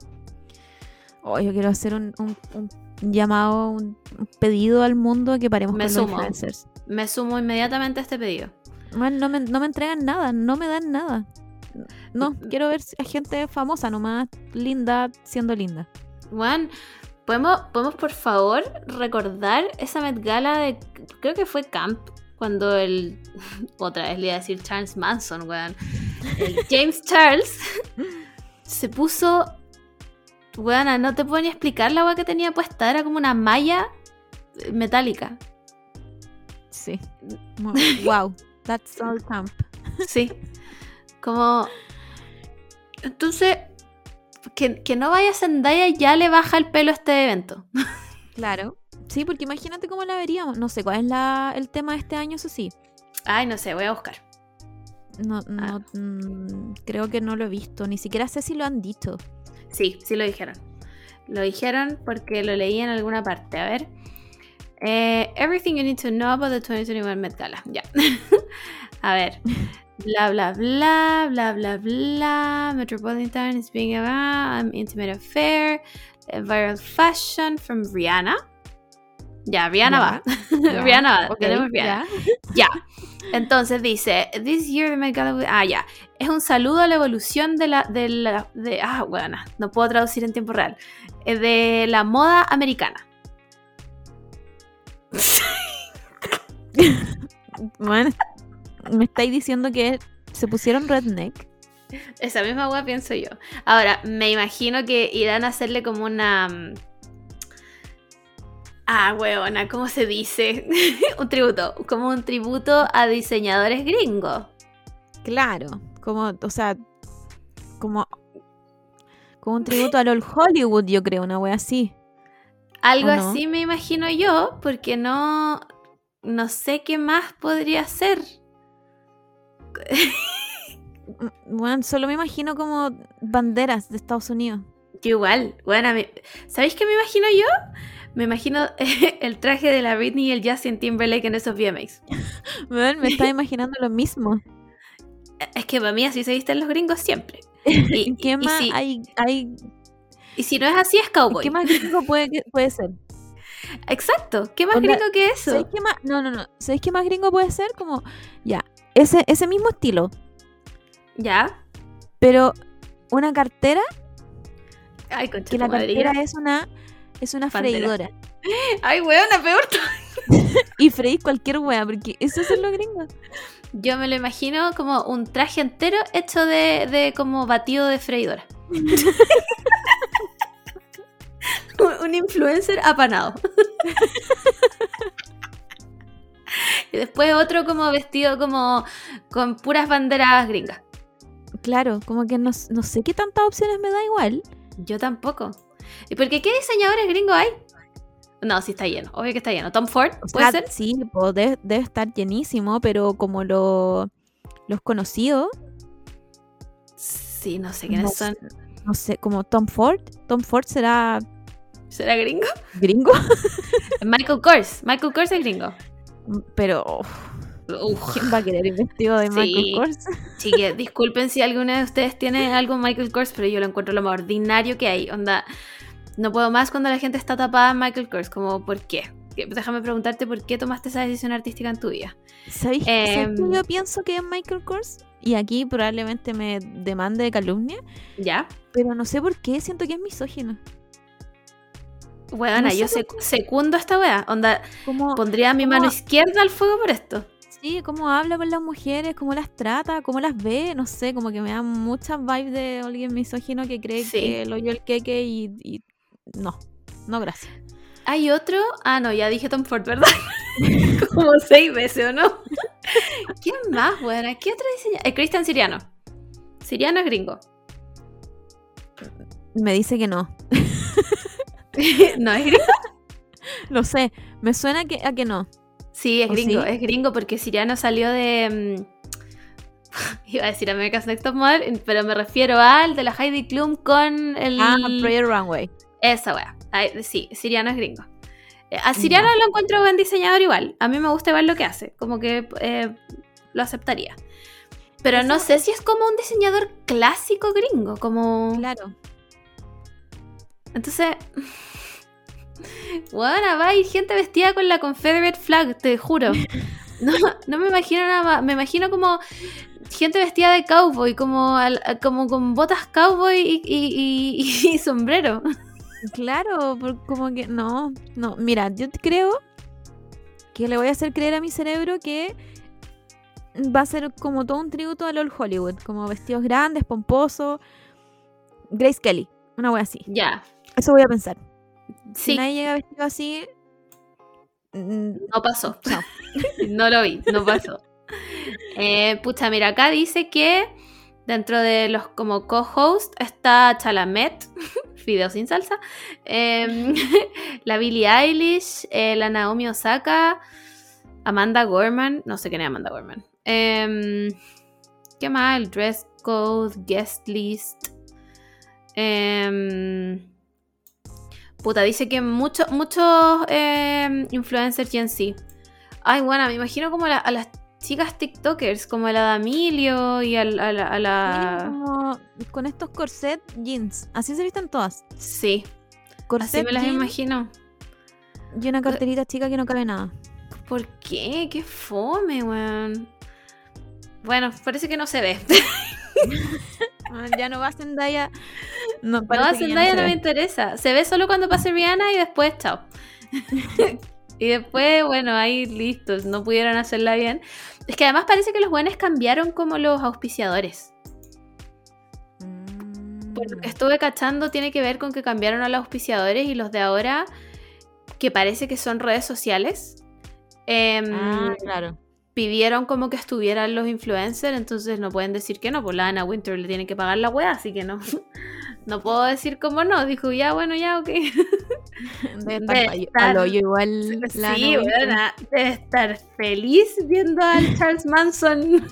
Oh, yo quiero hacer un, un, un llamado, un, un pedido al mundo que paremos me con sumo. los influencers. Me sumo inmediatamente a este pedido. Man, no, me, no me entregan nada, no me dan nada. No, quiero ver a gente famosa nomás, linda, siendo linda. Juan, ¿podemos, ¿podemos por favor recordar esa Met Gala de, creo que fue Camp, cuando el, otra vez le iba a decir Charles Manson, weón, el James Charles se puso, weón, no te puedo ni explicar la weá que tenía puesta, era como una malla metálica. Sí. Wow, that's all camp. Sí. Como... Entonces, que, que no vaya Zendaya ya le baja el pelo a este evento. Claro. Sí, porque imagínate cómo la veríamos. No sé cuál es la, el tema de este año, eso sí. Ay, no sé, voy a buscar. No, no, ah. mmm, creo que no lo he visto. Ni siquiera sé si lo han dicho. Sí, sí lo dijeron. Lo dijeron porque lo leí en alguna parte. A ver. Eh, everything you need to know about the twenty twenty-one Met Gala. Ya. A ver. Bla, bla, bla, bla, bla, bla. Metropolitan is being a um, intimate affair. Viral fashion from Rihanna. Ya, Rihanna ya, va. Ya, Rihanna va. Okay, tenemos Rihanna. Ya. ya. Entonces dice, this year the Met Gala... Ah, ya. Es un saludo a la evolución de la... De la de, ah, bueno, no puedo traducir en tiempo real. De la moda americana. Bueno, me estáis diciendo que se pusieron redneck. Esa misma weá pienso yo. Ahora, me imagino que irán a hacerle como una... Ah, weona, ¿cómo se dice? Un tributo. Como un tributo a diseñadores gringos. Claro, como, o sea, como, como un tributo a LOL Hollywood, yo creo, una wea así. Algo ¿O no? así me imagino yo, porque no... No sé qué más podría ser. Bueno, solo me imagino como banderas de Estados Unidos. Yo igual. Bueno, me... ¿sabéis qué me imagino yo? Me imagino el traje de la Britney y el Justin Timberlake en esos V M As. Bueno, me estaba imaginando lo mismo. Es que para mí así se visten los gringos siempre. ¿Y qué y más si, hay, hay, y si no es así, es cowboy. ¿qué más gringo puede, que- puede ser? Exacto. ¿Qué más Onda, gringo que eso? ¿Sabéis qué más? No, no, no. ¿Sabéis qué más gringo puede ser? Como, ya, ese, ese mismo estilo, ¿Ya? pero una cartera, Ay, concha que tu la madre, cartera ya. es una, es una Bandera. freidora. Ay, weona, peor. Y freís cualquier wea, porque eso es lo gringo. Yo me lo imagino como un traje entero hecho de, de como batido de freidora. un, un influencer apanado. Y después otro como vestido como con puras banderas gringas. Claro, como que no, no sé qué tantas opciones me da igual. Yo tampoco. ¿Y por qué qué diseñadores gringos hay? No, sí está lleno. Obvio que está lleno. Tom Ford, O ¿puede sea, ser? sí, pues, debe, debe estar llenísimo, pero como lo, los conocidos, Sí, no sé quiénes no, son. no sé, como Tom Ford. Tom Ford será ¿Será gringo? gringo, Michael Kors. Michael Kors es gringo. pero uf, Uf. ¿quién va a querer ir vestido de Sí. Michael Kors? Chique, disculpen si alguno de ustedes tiene algo Michael Kors, pero yo lo encuentro lo más ordinario que hay. Onda, no puedo más cuando la gente está tapada en Michael Kors. Como, ¿por qué? Que- Déjame preguntarte por qué tomaste esa decisión artística en tu vida. ¿Sabéis Em. ¿sabéis que yo pienso que es Michael Kors? Y aquí probablemente me demande de calumnia, ¿Ya? pero no sé por qué, siento que es misógino. Weona, No sé yo por sec- secundo esta wea. Onda, Como, pondría mi ¿cómo? mano izquierda al fuego por esto. sí, cómo habla con las mujeres, cómo las trata, cómo las ve, no sé, como que me da muchas vibes de alguien misógino que cree Sí. que lo oyó el queque y, y no, no gracias. Hay otro. Ah, no, ya dije Tom Ford, ¿verdad? Como seis veces, ¿o no? ¿Quién más, buena? ¿Qué otro diseñador? El Cristian Siriano. Siriano es gringo. Me dice que no. ¿No es gringo? Lo sé, me suena que, a que no. Sí, es ¿O gringo, sí? es gringo porque Siriano salió de... mm, iba a decir America's Next Top Model, pero me refiero al de la Heidi Klum con el... Ah, Prayer Runway. Esa wea. Ay, sí, Siriano es gringo. Eh, A Siriano lo encuentro buen diseñador igual. A mí me gusta ver lo que hace. Como que eh, lo aceptaría. Pero no Eso- sé si es como un diseñador clásico gringo. Como... Claro. Entonces... Bueno, va a ir gente vestida con la Confederate flag, te juro. No, no me imagino nada más. Me imagino como gente vestida de cowboy, como, al- como con botas cowboy y, y- y- y sombrero. Claro, por- como que no, no. Mira, yo te creo que le voy a hacer creer a mi cerebro que va a ser como todo un tributo a LOL Hollywood, como vestidos grandes, pomposos. Grace Kelly, una wea así. Ya, Eso voy a pensar. Si sí, nadie llega vestido así, mm, no pasó. chao. No lo vi, no pasó. Eh, pucha, mira, acá dice que dentro de los como co-host está Chalamet, Fideo sin salsa, em, la Billie Eilish, eh, la Naomi Osaka, Amanda Gorman, no sé quién es Amanda Gorman. Em, ¿Qué más? El dress code, guest list. Em, puta, dice que muchos muchos em, influencers Gen Z. Ay, bueno, me imagino como la- a las chicas TikTokers, como a la D'Amelio y a, la- a la... a Sí, la- como con estos corset jeans. Así se visten todas. Sí, Corset así me las jeans imagino. y una carterita chica que no cabe nada. ¿Por qué? Qué fome, weón. Bueno, parece que no se ve. Ah, ya no va a Zendaya. No, No, parece a que ya Zendaya se no ve. me interesa. Se ve solo cuando pase Rihanna y después, chao. Y después, bueno, ahí listos, no pudieron hacerla bien. Es que además parece que los buenos cambiaron como los auspiciadores. por lo que estuve cachando, tiene que ver con que cambiaron a los auspiciadores y los de ahora, que parece que son redes sociales, eh, Ah, claro. pidieron como que estuvieran los influencers, entonces no pueden decir que no, pues la Anna Wintour le tiene que pagar la wea, así que no, no puedo decir como no. Dijo, ya, bueno, ya, ok. Debe estar Debe pa'l- estar- pa'l hoyo igual. la Sí, Anna Wintour. buena, debe estar feliz viendo al Charles Manson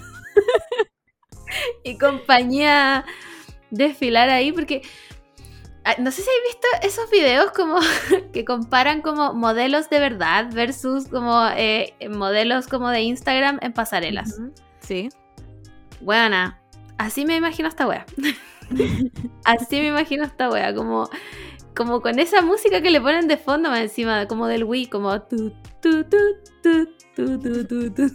y compañía desfilar ahí, porque ah, no sé si habéis visto esos videos como que comparan como modelos de verdad versus como eh, modelos como de Instagram en pasarelas. Ujú. Sí. Buena, así me imagino esta wea. Así me imagino esta wea, como, como con esa música que le ponen de fondo más encima, como del Wii, como tu, tu, tu, tu, tu, tu, tu, tu.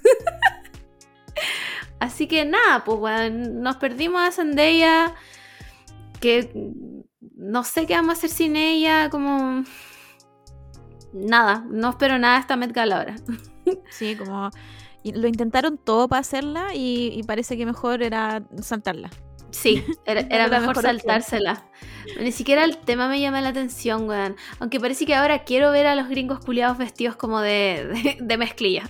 Así que nada, pues weón, nos perdimos a Zendaya, que no sé qué vamos a hacer sin ella, como nada, no espero nada de esta Met Gala ahora. Sí, como y lo intentaron todo para hacerla y, y parece que mejor era saltarla. Sí, era, Era era la mejor mejor opción. saltársela. Ni siquiera el tema me llama la atención, weón. Aunque parece que ahora quiero ver a los gringos culiados vestidos como de, de, de mezclilla.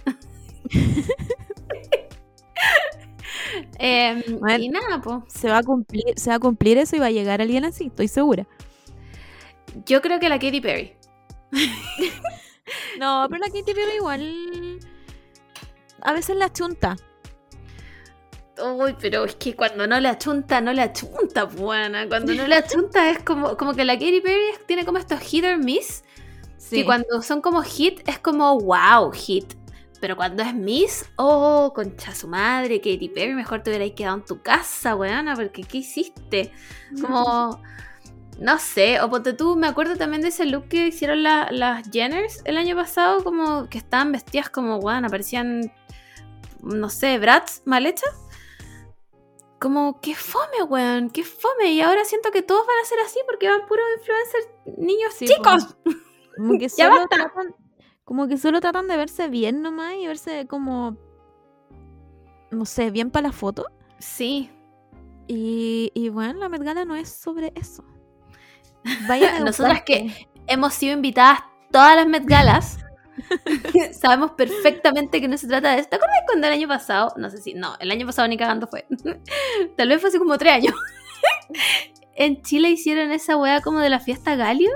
eh, Bueno. y nada, pues. Se va a cumplir, se va a cumplir eso y va a llegar alguien así, estoy segura. Yo creo que la Katy Perry. No, pero la Katy Perry igual a veces la chunta. Uy, pero es que cuando no la chunta, no la chunta, buena. Cuando no la chunta es como, como que la Katy Perry tiene como estos hit or miss. Sí. Que cuando son como hit, es como wow, hit. Pero cuando es miss, oh, concha su madre, Katy Perry, mejor te hubierais quedado en tu casa, weona, porque ¿qué hiciste? Como, no sé, o ponte tú, me acuerdo también de ese look que hicieron la- las Jenners el año pasado, como que estaban vestidas como, weona, parecían, no sé, brats mal hechas. Como, qué fome, weón, qué fome. Y ahora siento que todos van a ser así porque van puros influencers niños Sí, chicos. Como que Ya solo basta. tratan, como que solo tratan de verse bien nomás y verse como, no sé, bien para la foto. Sí. Y, y bueno, la Met Gala no es sobre eso. Vayan a Nosotras educarse. que hemos sido invitadas todas las Met Galas, sabemos perfectamente que no se trata de esto. ¿Te acuerdas cuando el año pasado? No sé si, no, el año pasado ni cagando fue. Tal vez fue hace como tres años. En Chile hicieron esa weá como de la fiesta Galio.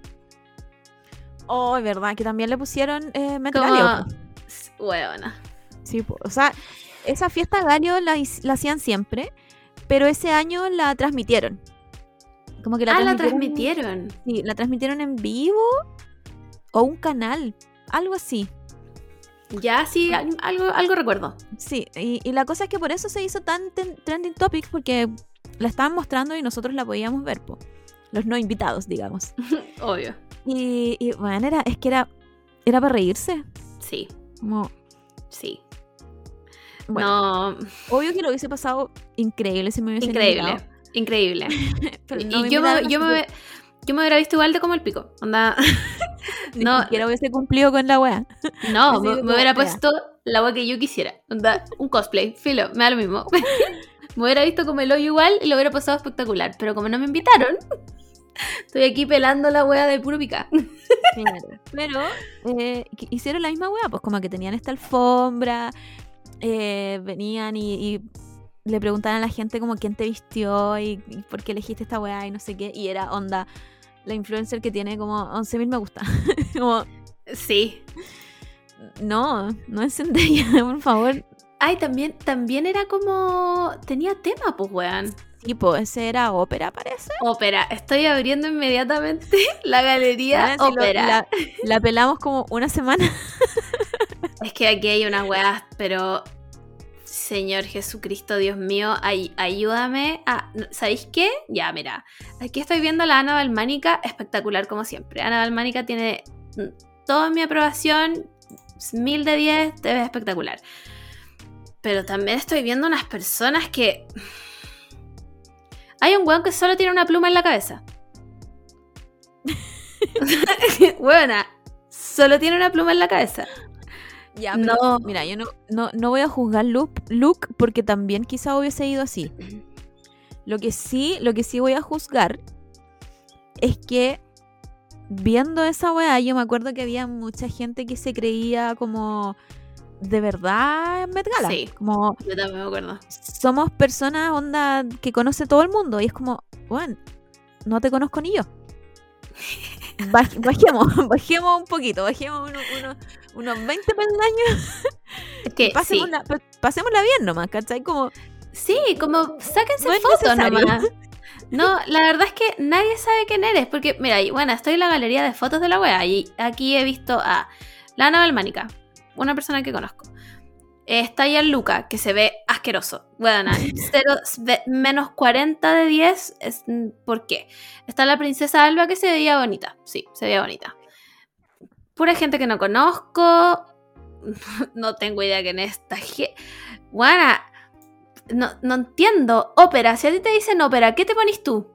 Oh, es verdad, que también le pusieron eh, Met Como, Galio, po. weona. Sí, po. O sea, esa fiesta Galio la, hic- la hacían siempre, pero ese año la transmitieron. Como que la Ah, la transmitieron. transmitieron. Sí, la transmitieron en vivo o un canal, algo así. Ya, sí, al- algo, algo recuerdo. Sí, y, y la cosa es que por eso se hizo tan ten- trending topic, porque la estaban mostrando y nosotros la podíamos ver, po. Los no invitados, digamos. Obvio. Y, y bueno, era, es que era, era para reírse. Sí, Como, sí. bueno, No, obvio que lo hubiese pasado increíble si me hubiesen increíble. invitado, Increíble. pero Y no me yo, me, invitaron, yo, así me, yo me hubiera visto igual de como el pico. Onda. que no. ni siquiera hubiese cumplido con la wea. No, Así me, de me como, hubiera ya. puesto la agua que yo quisiera. Onda, un cosplay, filo, me da lo mismo. Me hubiera visto como el hoyo igual y lo hubiera pasado espectacular. Pero como no me invitaron, estoy aquí pelando la wea de puro pica. Pero eh, que hicieron la misma wea, pues como que tenían esta alfombra, eh, venían y, y le preguntaban a la gente como quién te vistió y, y por qué elegiste esta wea y no sé qué. Y era onda, la influencer que tiene como once mil me gusta. Como, Sí. no, no es Zendaya, por favor. Ay, también, también era como. Tenía tema, pues, weón. Tipo, ese era ópera, parece. Ópera. Estoy abriendo inmediatamente la galería Bueno, si lo- ópera. la, la pelamos como una semana. Es que aquí hay unas weas, pero. Señor Jesucristo, Dios mío, ay- ayúdame a... ¿Sabéis qué? Ya, mira. Aquí estoy viendo a la Ana Balmánica, espectacular como siempre. Ana Balmánica tiene toda mi aprobación, mil de diez, te ves espectacular. Pero también estoy viendo unas personas que... Hay un weón que solo tiene una pluma en la cabeza. Buena, solo tiene una pluma en la cabeza. Ya, pero, No. mira, yo no, no, no voy a juzgar Luke, Luke porque también quizá hubiese ido así. Lo que sí, lo que sí voy a juzgar es que viendo esa weá, yo me acuerdo que había mucha gente que se creía como de verdad en Met Gala. Sí, como yo también me acuerdo. somos personas onda que conoce todo el mundo y es como, bueno, no te conozco ni yo. Baj- bajemos, bajemos un poquito, bajemos uno- uno- unos veinte peldaños Es y que sí, pasémosla, pa- pasémosla bien nomás, ¿cachai? Como, sí, como sáquense no es fotos necesario. nomás. No, la verdad es que nadie sabe quién eres, porque mira, y bueno, estoy en la galería de fotos de la wea y aquí he visto a Lana Balmánica, una persona que conozco. Está Gianluca, que se ve asqueroso. Bueno, cero, ve- menos cuarenta de diez. Es, ¿por qué? Está la princesa Alba, que se veía bonita. Sí, se veía bonita. Pura gente que no conozco. No tengo idea quién es esta gente. Bueno, no, no entiendo. Ópera, si a ti te dicen ópera, ¿qué te pones tú?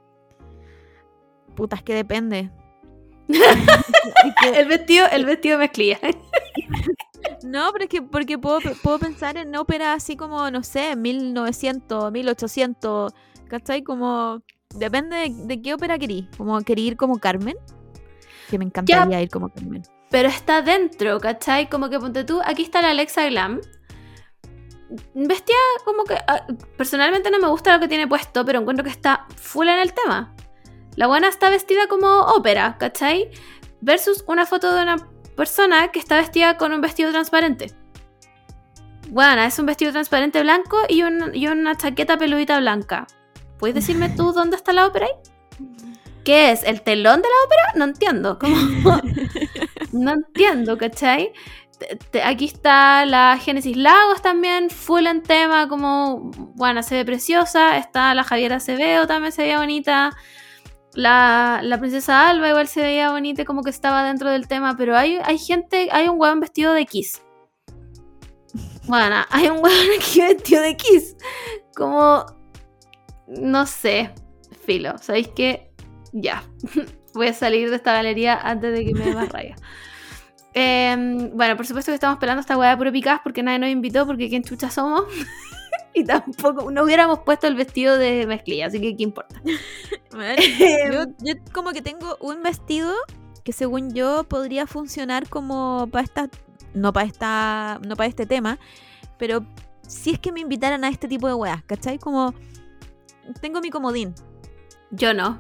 putas que depende. Es que- El vestido, el vestido mezclilla. no, pero es que porque puedo, puedo pensar en ópera así como, no sé, mil novecientos, mil ochocientos, ¿cachai? Como, depende de, de qué ópera querí. Como querí ir como Carmen, que me encantaría ir como Carmen. Pero está dentro, ¿cachai? Como que ponte tú, aquí está la Alexa Glam. Vestía como que... ah, personalmente no me gusta lo que tiene puesto, pero encuentro que está full en el tema. La buena está vestida como ópera, ¿cachai? Versus una foto de una persona que está vestida con un vestido transparente. Bueno, es un vestido transparente blanco y, un, y una chaqueta peludita blanca. ¿Puedes decirme tú dónde está la ópera ahí? ¿Qué es? ¿El telón de la ópera? No entiendo. ¿Cómo? No entiendo, ¿cachai? Te- te- Aquí está la Génesis Lagos también, full en tema, como, bueno, se ve preciosa. Está la Javiera Acevedo, también se veía bonita. La, la princesa Alba igual se veía bonita, como que estaba dentro del tema. Pero hay, hay gente, hay un huevón vestido de Kiss. Bueno, hay un huevón aquí vestido de Kiss. Como, no sé, filo. ¿Sabéis qué? Ya, voy a salir de esta galería antes de que me dé más raya. Eh, bueno, por supuesto que estamos esperando esta weá de puro picaz porque nadie nos invitó, porque quién chucha somos. Y tampoco, no hubiéramos puesto el vestido de mezclilla, así que qué importa. Bueno, yo, yo como que tengo un vestido que según yo podría funcionar como para esta, no para esta, no para este tema, pero si es que me invitaran a este tipo de weas, ¿cachai? Como tengo mi comodín. Yo no.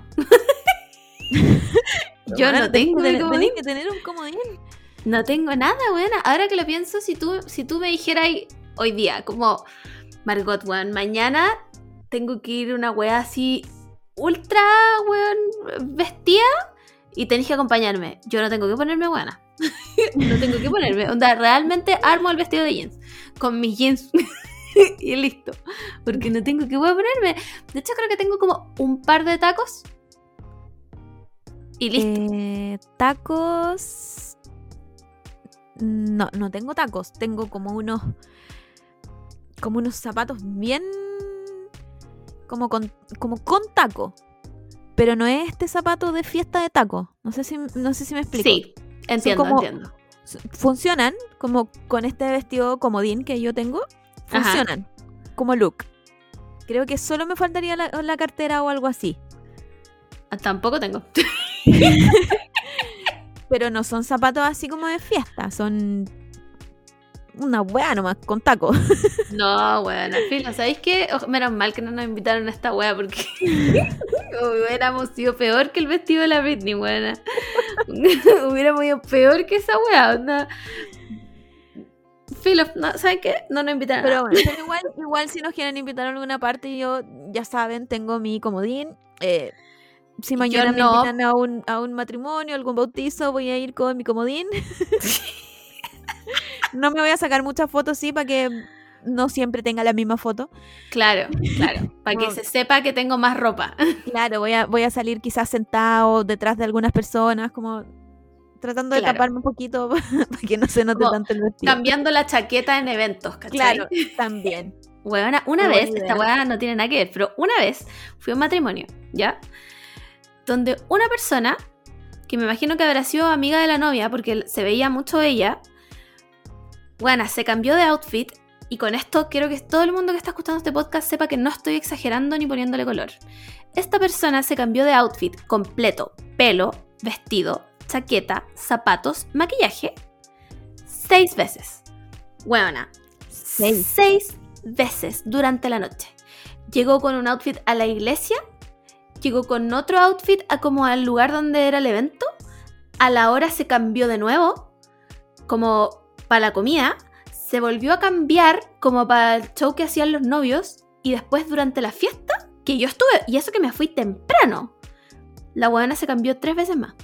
Yo Bueno, no tengo tenés mi que, comodín. tenés que tener un comodín. No tengo nada, buena. Ahora que lo pienso, si tú, si tú me dijeras hoy día, como, Margot, weón, mañana tengo que ir a una weá así ultra, weón, vestida y tenés que acompañarme. Yo no tengo que ponerme buena. No tengo que ponerme. Onda, realmente armo el vestido de jeans. Con mis jeans. Y listo. Porque no tengo que ponerme. De hecho, creo que tengo como un par de tacos. Y listo. Eh, tacos. No, no tengo tacos. Tengo como unos. Como unos zapatos bien. Como con, como con taco. Pero no es este zapato de fiesta de taco. No sé si, no sé si me explico. Sí, entiendo, como- entiendo. Funcionan como con este vestido comodín que yo tengo. Ajá. Funcionan como look. Creo que solo me faltaría la, la cartera o algo así. Tampoco tengo. Pero no son zapatos así como de fiesta. Son una wea nomás con taco. No, bueno, filo, ¿sabéis qué? Ojo, menos mal que no nos invitaron a esta wea porque hubiéramos sido peor que el vestido de la Britney, buena. Hubiéramos ido peor que esa wea, onda. Filo, no, ¿saben qué? No nos invitaron. Pero a bueno, pero igual, igual si nos quieren invitar a alguna parte, yo ya saben, tengo mi comodín. Eh, si mañana me no. invitan a un, a un matrimonio, algún bautizo, voy a ir con mi comodín. No me voy a sacar muchas fotos, sí, para que no siempre tenga la misma foto. Claro, claro, para que No. se sepa que tengo más ropa. Claro, voy a, voy a salir quizás sentado detrás de algunas personas, como tratando de Claro. taparme un poquito para que no se note Como tanto el vestido. Cambiando la chaqueta en eventos, ¿cachai? Claro, también. Weona, una Qué vez, buena esta idea. weá no tiene nada que ver, pero una vez fui a un matrimonio, ¿ya? Donde una persona, que me imagino que habrá sido amiga de la novia, porque se veía mucho ella, bueno, se cambió de outfit y con esto quiero que todo el mundo que está escuchando este podcast sepa que no estoy exagerando ni poniéndole color. Esta persona se cambió de outfit completo, pelo, vestido, chaqueta, zapatos, maquillaje, seis veces. Buena, Seis. seis veces durante la noche. Llegó con un outfit a la iglesia, llegó con otro outfit a como al lugar donde era el evento, a la hora se cambió de nuevo, como para la comida, se volvió a cambiar como para el show que hacían los novios, y después durante la fiesta, que yo estuve, y eso que me fui temprano, la buena se cambió tres veces más.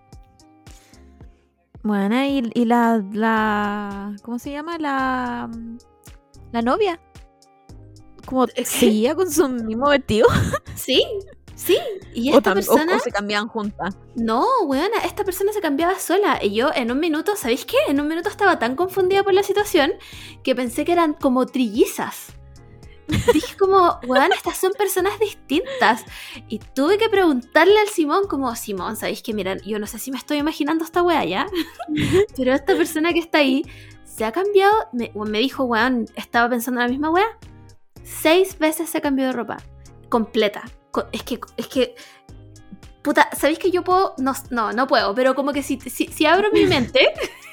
Bueno, y, y la, la... ¿Cómo se llama? La... La novia. Como seguía con su mismo vestido. Sí, sí. Y O, esta tam- persona... o- o se cambiaban juntas. No, weona, esta persona se cambiaba sola. Y yo en un minuto, ¿sabéis qué? En un minuto estaba tan confundida por la situación que pensé que eran como trillizas. Dije como, weona, estas son personas distintas. Y tuve que preguntarle al Simón como, Simón, ¿sabéis qué? Miren, yo no sé si me estoy imaginando esta wea ya, pero esta persona que está ahí se ha cambiado, me, me dijo, weón, estaba pensando en la misma wea. Seis veces se cambió de ropa. Completa. Co- Es que, es que... Puta, ¿sabéis que yo puedo? No, no, no puedo, pero como que si, si, si abro mi mente,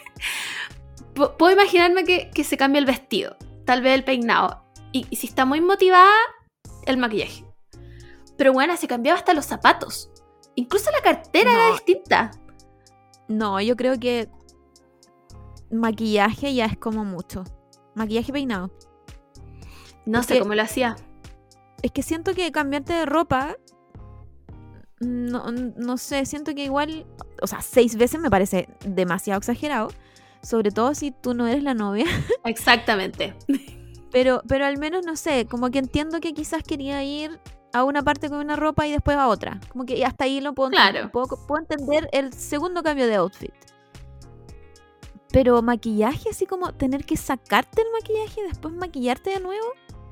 pu- puedo imaginarme que, que se cambia el vestido, tal vez el peinado, y, y si está muy motivada, el maquillaje. Pero bueno, se cambiaba hasta los zapatos. Incluso la cartera No. era distinta. No, yo creo que maquillaje ya es como mucho. Maquillaje y peinado. No Porque- sé cómo lo hacía. Es que siento que cambiarte de ropa, no, no sé, siento que igual, o sea, seis veces me parece demasiado exagerado, sobre todo si tú no eres la novia, Exactamente. pero, pero al menos, no sé, como que entiendo que quizás quería ir a una parte con una ropa y después a otra, como que hasta ahí lo puedo, Claro. puedo, puedo entender el segundo cambio de outfit. Pero maquillaje, así como tener que sacarte el maquillaje y después maquillarte de nuevo,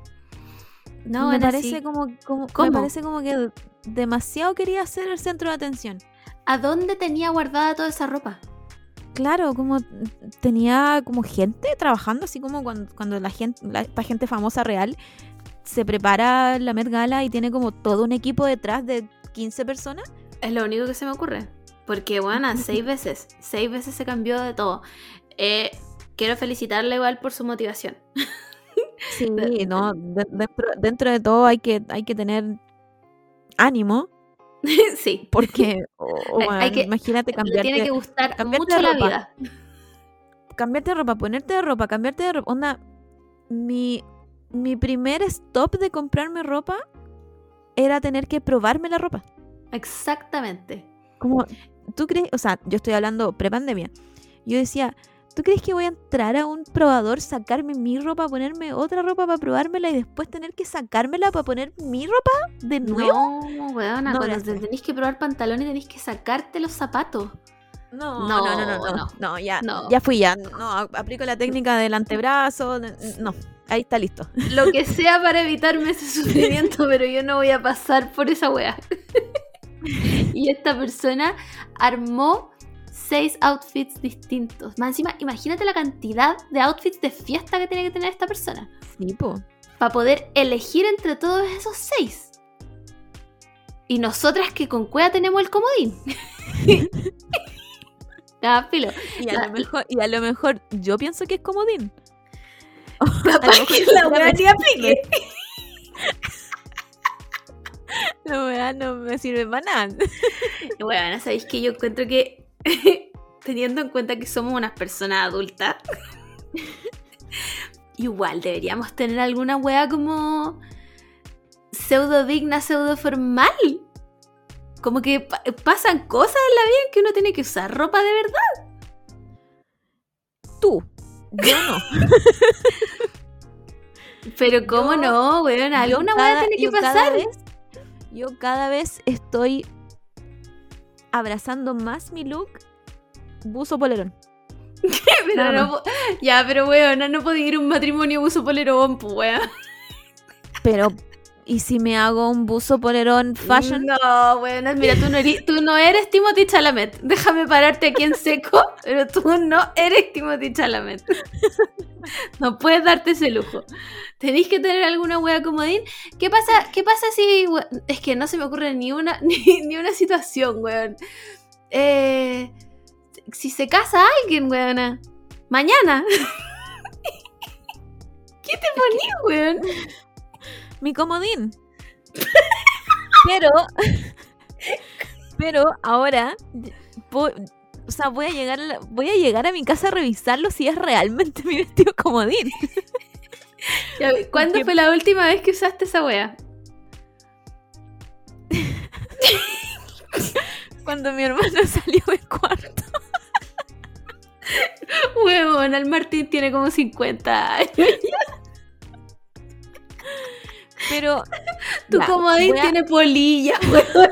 No, me era parece así. como, como ¿Cómo? me parece como que demasiado quería ser el centro de atención. ¿A dónde tenía guardada toda esa ropa? Claro, como tenía como gente trabajando, así como cuando, cuando la gente, la- esta gente famosa real se prepara la Met Gala y tiene como todo un equipo detrás de quince personas. Es lo único que se me ocurre. Porque, bueno, seis veces. Seis veces se cambió de todo. Eh, quiero felicitarle igual por su motivación. Sí, no, de- dentro, dentro de todo hay que, hay que tener ánimo, Sí. porque o- o, Hay- hay bueno, que- imagínate Le cambiarte, tiene que gustar cambiarte mucho de la ropa. vida. cambiarte de ropa, ponerte de ropa, cambiarte de ropa. Onda, mi, mi primer stop de comprarme ropa era tener que probarme la ropa. Exactamente. Como, ¿tú crees? O sea, yo estoy hablando pre-pandemia. Yo decía, ¿tú crees que voy a entrar a un probador, sacarme mi ropa, ponerme otra ropa para probármela y después tener que sacármela para poner mi ropa de nuevo? No, weona, No, cuando no te sé. tenéis que probar pantalones tenéis que sacarte los zapatos. No, No, no, no, no, no, no. no, ya, No. ya fui ya. No, a- aplico la técnica del antebrazo. de- No, ahí está listo. Lo que sea para evitarme ese sufrimiento, pero yo no voy a pasar por esa wea. Y esta persona armó seis outfits distintos. Más encima, imagínate la cantidad de outfits de fiesta que tiene que tener esta persona Sí, po. para poder elegir entre todos esos seis. Y nosotras que con cueva tenemos el comodín. Ah, filo. Y a, La- lo mejor, y a lo mejor yo pienso que es comodín. Capaz que la wea ni aplique. La weá no me sirve para nada. Bueno, sabéis que yo encuentro que teniendo en cuenta que somos unas personas adultas, igual deberíamos tener alguna wea como pseudo digna, pseudo formal. Como que pa- pasan cosas en la vida en que uno tiene que usar ropa de verdad. Tú. Yo no. Pero cómo Yo- no, weón, Yo alguna cada- wea tiene que yo cada pasar. vez- yo cada vez estoy abrazando más mi look buzo polerón. Pero nada no po- ya, pero weón, no podía ir a un matrimonio buzo polerón, pues weón. Pero ¿Y si me hago un buzo polerón fashion? No, bueno, mira, tú no eres, tú no eres Timothée Chalamet. Déjame pararte aquí en seco, pero tú no eres Timothée Chalamet. No puedes darte ese lujo. Tenéis que tener alguna wea comodín. ¿Qué pasa, qué pasa si... we- Es que no se me ocurre ni una, ni, ni una situación, weón. Eh, si se casa alguien, weona. Mañana. ¿Qué te ponís, weón? Mi comodín. Pero, pero ahora, voy, o sea, voy a llegar, a la- voy a llegar a mi casa a revisarlo si es realmente mi vestido comodín. Ya, ¿cuándo Porque- fue la última vez que usaste esa wea? Cuando mi hermano salió del cuarto. Huevón, el Martín tiene como cincuenta años. Pero Tu ya, comodín voy a- tiene polilla, huevón.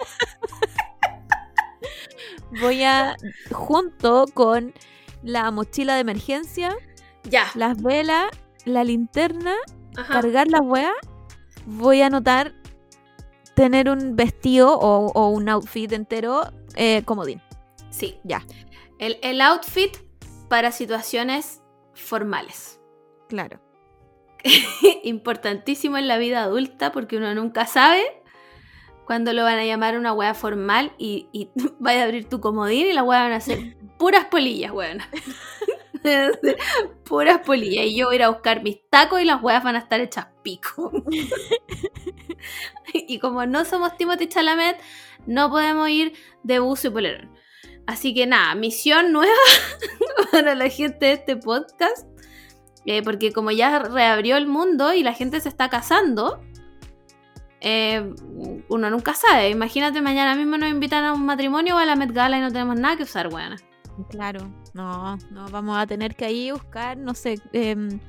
voy a, junto con la mochila de emergencia, Ya. las velas, la linterna, Ajá. cargar las weas, voy a anotar tener un vestido o, o un outfit entero eh, comodín. Sí. Ya. El, el outfit para situaciones formales. Claro. Importantísimo en la vida adulta porque uno nunca sabe cuándo lo van a llamar a una wea formal y, y vaya a abrir tu comodín y la wea van a ser puras polillas, weón. Van a ser puras polillas. Y yo voy a ir a buscar mis tacos y las weas van a estar hechas pico. Y como no somos Timothée Chalamet, no podemos ir de buzo y polerón. Así que nada, misión nueva para la gente de este podcast. Eh, porque como ya reabrió el mundo y la gente se está casando, eh, uno nunca sabe. Imagínate, mañana mismo nos invitan a un matrimonio o a la Met Gala y no tenemos nada que usar, weona. Claro. No, no, vamos a tener que ahí buscar, no sé, em,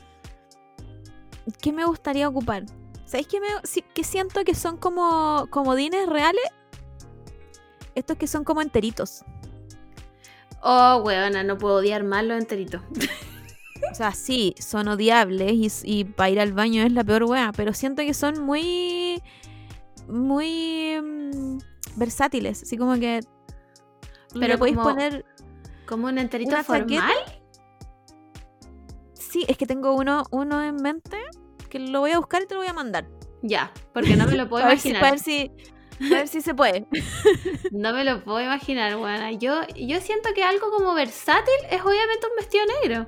¿qué me gustaría ocupar? ¿Sabéis qué, me, sí, que siento que son como comodines reales? Estos que son como enteritos. Oh, weona, no puedo odiar más los enteritos. O sea, sí, son odiables y, y para ir al baño es la peor wea, pero siento que son muy, muy mm, versátiles. Así como que Pero le podéis como- poner... ¿Como un enterito ¿Una formal? chaqueta? Sí, es que tengo uno, uno en mente que lo voy a buscar y te lo voy a mandar. Ya, porque no me lo puedo Para ver, si, imaginar. para, ver si, para ver si se puede. No me lo puedo imaginar, weona. Yo, yo siento que algo como versátil es obviamente un vestido negro.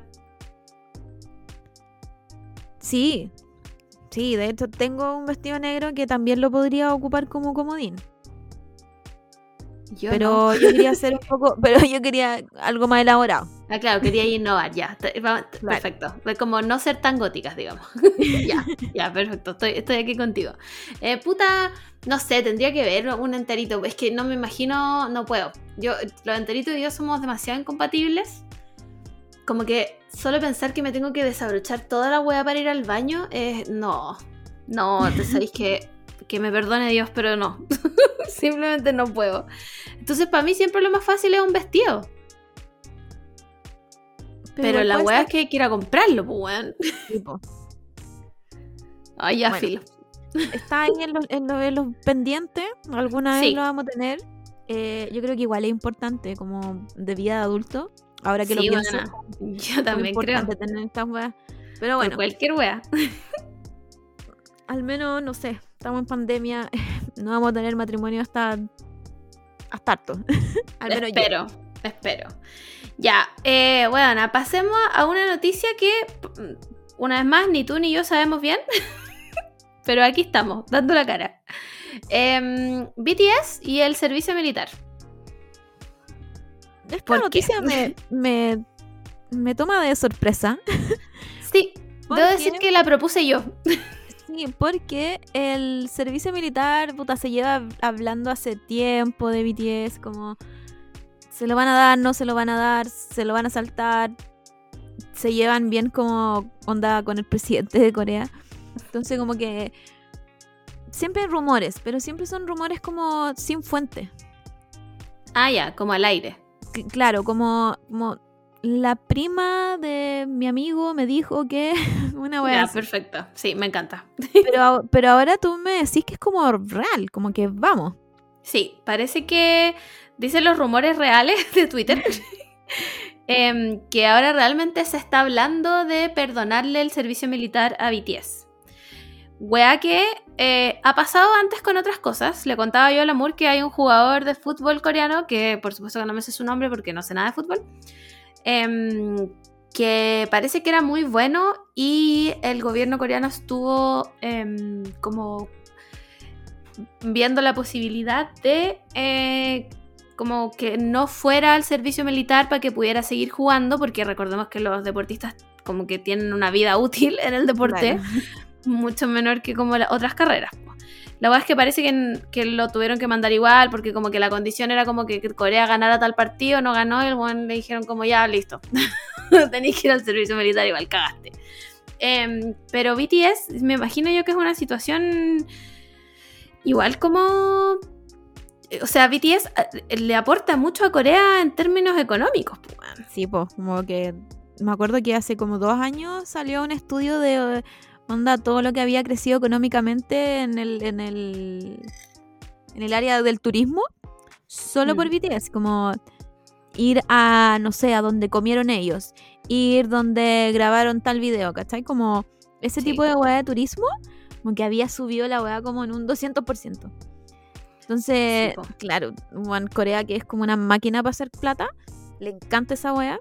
Sí, sí, de hecho tengo un vestido negro que también lo podría ocupar como comodín. Yo pero no. yo quería hacer un poco, pero yo quería algo más elaborado. Ah, claro, quería innovar, ya. T- va- t- Claro. Perfecto. De como no ser tan góticas, digamos. Ya, ya, perfecto. Estoy, estoy aquí contigo. Eh, puta, no sé, tendría que ver un enterito. Es que no me imagino, no puedo. Yo, los enteritos y yo somos demasiado incompatibles. Como que solo pensar que me tengo que desabrochar toda la hueá para ir al baño, eh, no. No, te sabéis que, que me perdone Dios, pero no. Simplemente no puedo. Entonces, para mí siempre lo más fácil es un vestido. Pero, igual la puede weá ser es que quiera comprarlo, pues weón. tipo. Ay, ya, Bueno. filo. Está ahí en los, en los, en los pendientes. Alguna vez Sí. lo vamos a tener. Eh, yo creo que igual es importante, como de vida de adulto. Ahora que Sí, lo pienso, buena. Yo muy también creo. importante tener estas weas. Pero Por bueno, cualquier weá. al menos, no sé, estamos en pandemia. No vamos a tener matrimonio hasta. Hasta harto. Al menos yo. espero, espero. Ya, eh, bueno, pasemos a una noticia que, una vez más, ni tú ni yo sabemos bien. Pero aquí estamos, dando la cara. Em, B T S y el servicio militar. Esta ¿Por qué? noticia me, me, me toma de sorpresa. Sí, ¿Por debo qué? decir que la propuse yo. Sí, porque el servicio militar, puta, se lleva hablando hace tiempo de B T S, como se lo van a dar, no se lo van a dar, se lo van a saltar, se llevan bien como onda con el presidente de Corea. Entonces como que siempre hay rumores, pero siempre son rumores como sin fuente. Ah, ya, como al aire. C- claro, como, como la prima de mi amigo me dijo que una wea Ya, así. perfecto. Sí, me encanta. Pero, pero ahora tú me decís que es como real, como que vamos. Sí, parece que dicen los rumores reales de Twitter em, que ahora realmente se está hablando de perdonarle el servicio militar a B T S. Wea que eh, ha pasado antes con otras cosas. Le contaba yo al Amor que hay un jugador de fútbol coreano, que por supuesto que no me sé su nombre porque no sé nada de fútbol, em, que parece que era muy bueno y el gobierno coreano estuvo em, como viendo la posibilidad de eh, como que no fuera al servicio militar para que pudiera seguir jugando, porque recordemos que los deportistas como que tienen una vida útil en el deporte, Claro. mucho menor que como las otras carreras. La verdad es que parece que, que lo tuvieron que mandar igual, porque como que la condición era como que Corea ganara tal partido, no ganó, y el buen le dijeron como ya, listo, tenéis que ir al servicio militar, igual cagaste. Eh, pero B T S, me imagino yo que es una situación igual como... O sea, B T S le aporta mucho a Corea en términos económicos. Pues. Sí, pues, como que me acuerdo que hace como dos años salió un estudio de onda todo lo que había crecido económicamente en el, en el, en el área del turismo, solo mm. por B T S, como ir a, no sé, a donde comieron ellos, ir donde grabaron tal video, ¿cachai? Como ese sí. tipo de weá de turismo, como que había subido la weá como en un doscientos por ciento. Entonces, sí, claro, bueno, Corea, que es como una máquina para hacer plata, le encanta esa weá.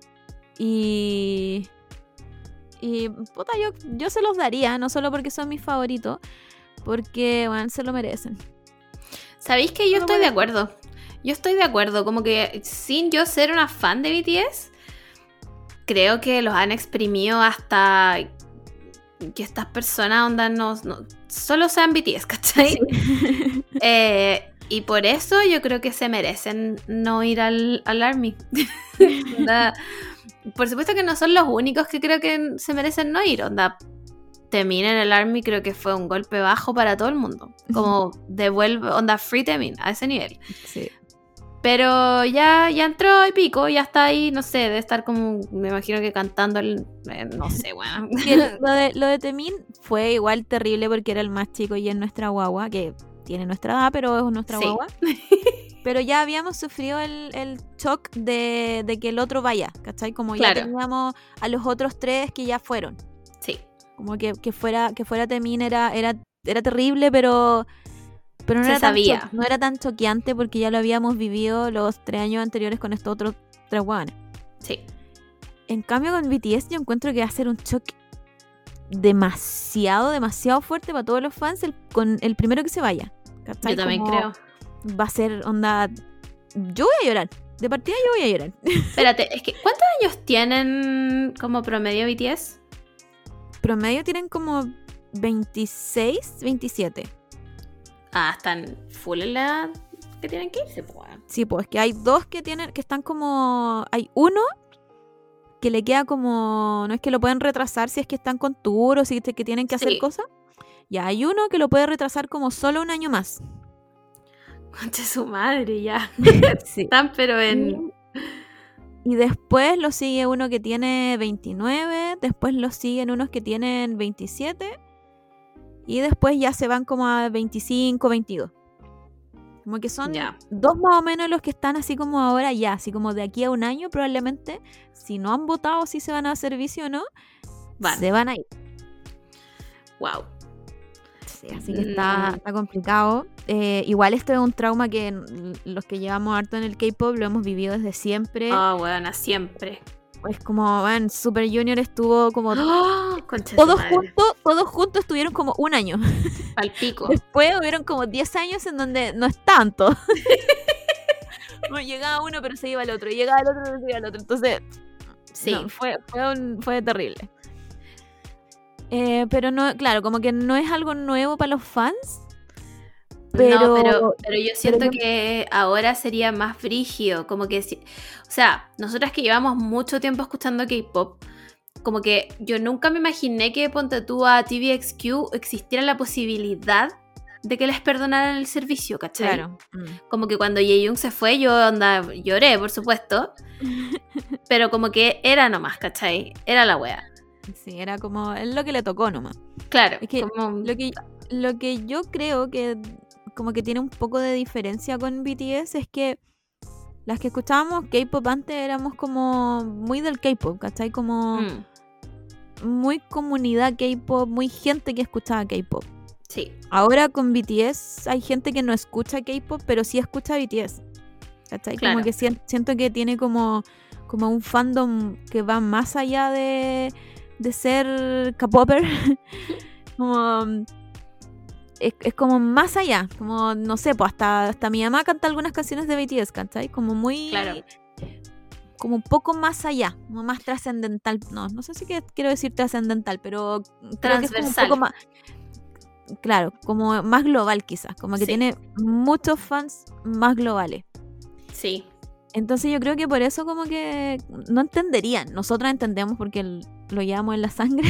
Y... Y, puta, yo, yo se los daría, no solo porque son mis favoritos, porque, bueno, se lo merecen. ¿Sabéis que yo estoy de acuerdo? Yo estoy de acuerdo, como que sin yo ser una fan de B T S, creo que los han exprimido hasta que estas personas onda no, no solo sean B T S, ¿cachai? Sí. eh, y por eso yo creo que se merecen no ir al, al ARMY. Onda, por supuesto que no son los únicos que creo que se merecen no ir. Onda, Temin en el ARMY creo que fue un golpe bajo para todo el mundo. Como devuelve, onda free Temin a ese nivel. Sí. Pero ya, ya entró y pico, ya está ahí, no sé, de estar como, me imagino que cantando, el, eh, no sé, bueno. Lo de, lo de Temin fue igual terrible porque era el más chico y es nuestra guagua, que tiene nuestra edad, pero es nuestra sí. guagua. Pero ya habíamos sufrido el, el shock de, de que el otro vaya, ¿cachai? Como ya claro. teníamos a los otros tres que ya fueron. Sí. Como que, que fuera que fuera Temin era, era, era terrible, pero... Pero no se era, sabía. Tan cho- no era tan choqueante porque ya lo habíamos vivido los tres años anteriores con estos otros tres hueones. Sí. En cambio con B T S yo encuentro que va a ser un choque demasiado, demasiado fuerte para todos los fans el, con el primero que se vaya. ¿Cachai? Yo también Como creo. Va a ser onda... Yo voy a llorar. De partida yo voy a llorar. Espérate, es que ¿cuántos años tienen como promedio B T S? Promedio tienen como veintiséis, veintisiete. Ah, están full en la edad que tienen que irse, pues. Sí, pues que hay dos que tienen, que están como, hay uno que le queda como, no es que lo pueden retrasar si es que están con tour o si es que tienen que hacer sí. cosas. Ya hay uno que lo puede retrasar como solo un año más. Concha su madre, ya. Sí. Están pero en... Y después lo sigue uno que tiene veintinueve, después lo siguen unos que tienen veintisiete. Y después ya se van como a veinticinco, veintidós. Como que son ya. dos más o menos los que están así como ahora ya. Así como de aquí a un año probablemente, si no han votado si se van a servicio o no, van. se van a ir. Wow. Sí, así que está, está complicado. Eh, igual esto es un trauma que los que llevamos harto en el K-pop lo hemos vivido desde siempre. Ah, oh, bueno, siempre. Es como, bueno, Super Junior estuvo como... ¡Oh! Todos juntos, todos juntos estuvieron como un año. Al pico. Después hubieron como diez años en donde no es tanto. Bueno, llegaba uno pero se iba el otro. Y llegaba el otro pero se iba el otro. Entonces, sí, no, fue, fue, un, fue terrible. Eh, pero no, claro, como que no es algo nuevo para los fans. Pero, no, pero, pero yo siento pero, que ahora sería más frígido, como que, si, o sea, nosotras que llevamos mucho tiempo escuchando K-pop, como que yo nunca me imaginé que ponte tú a T V X Q existiera la posibilidad de que les perdonaran el servicio, ¿cachai? Claro. Mm. Como que cuando Jaehyung se fue, yo onda, lloré, por supuesto. Pero como que era nomás, ¿cachai? Era la wea. Sí, era como, es lo que le tocó nomás. Claro. Es que como... lo que lo que yo creo que como que tiene un poco de diferencia con B T S es que las que escuchábamos K-pop antes éramos como muy del K-pop, ¿cachai? Como Mm, muy comunidad K-pop, muy gente que escuchaba K-pop. sí, Ahora con B T S hay gente que no escucha K-pop, pero sí escucha B T S. ¿Cachai? Claro. Como que sien- siento que tiene como, como un fandom que va más allá de, de ser K-popper. como es, es como más allá. Como, no sé, pues hasta, hasta mi mamá canta algunas canciones de B T S, ¿cachai? Como muy... claro. Como un poco más allá, como más trascendental. No, no sé si que- quiero decir trascendental, pero creo que es como un Transversal. poco más... Claro, como más global quizás. Como que Sí. tiene muchos fans más globales. Sí, Entonces yo creo que por eso como que no entenderían. Nosotras entendemos porque l- lo llevamos en la sangre.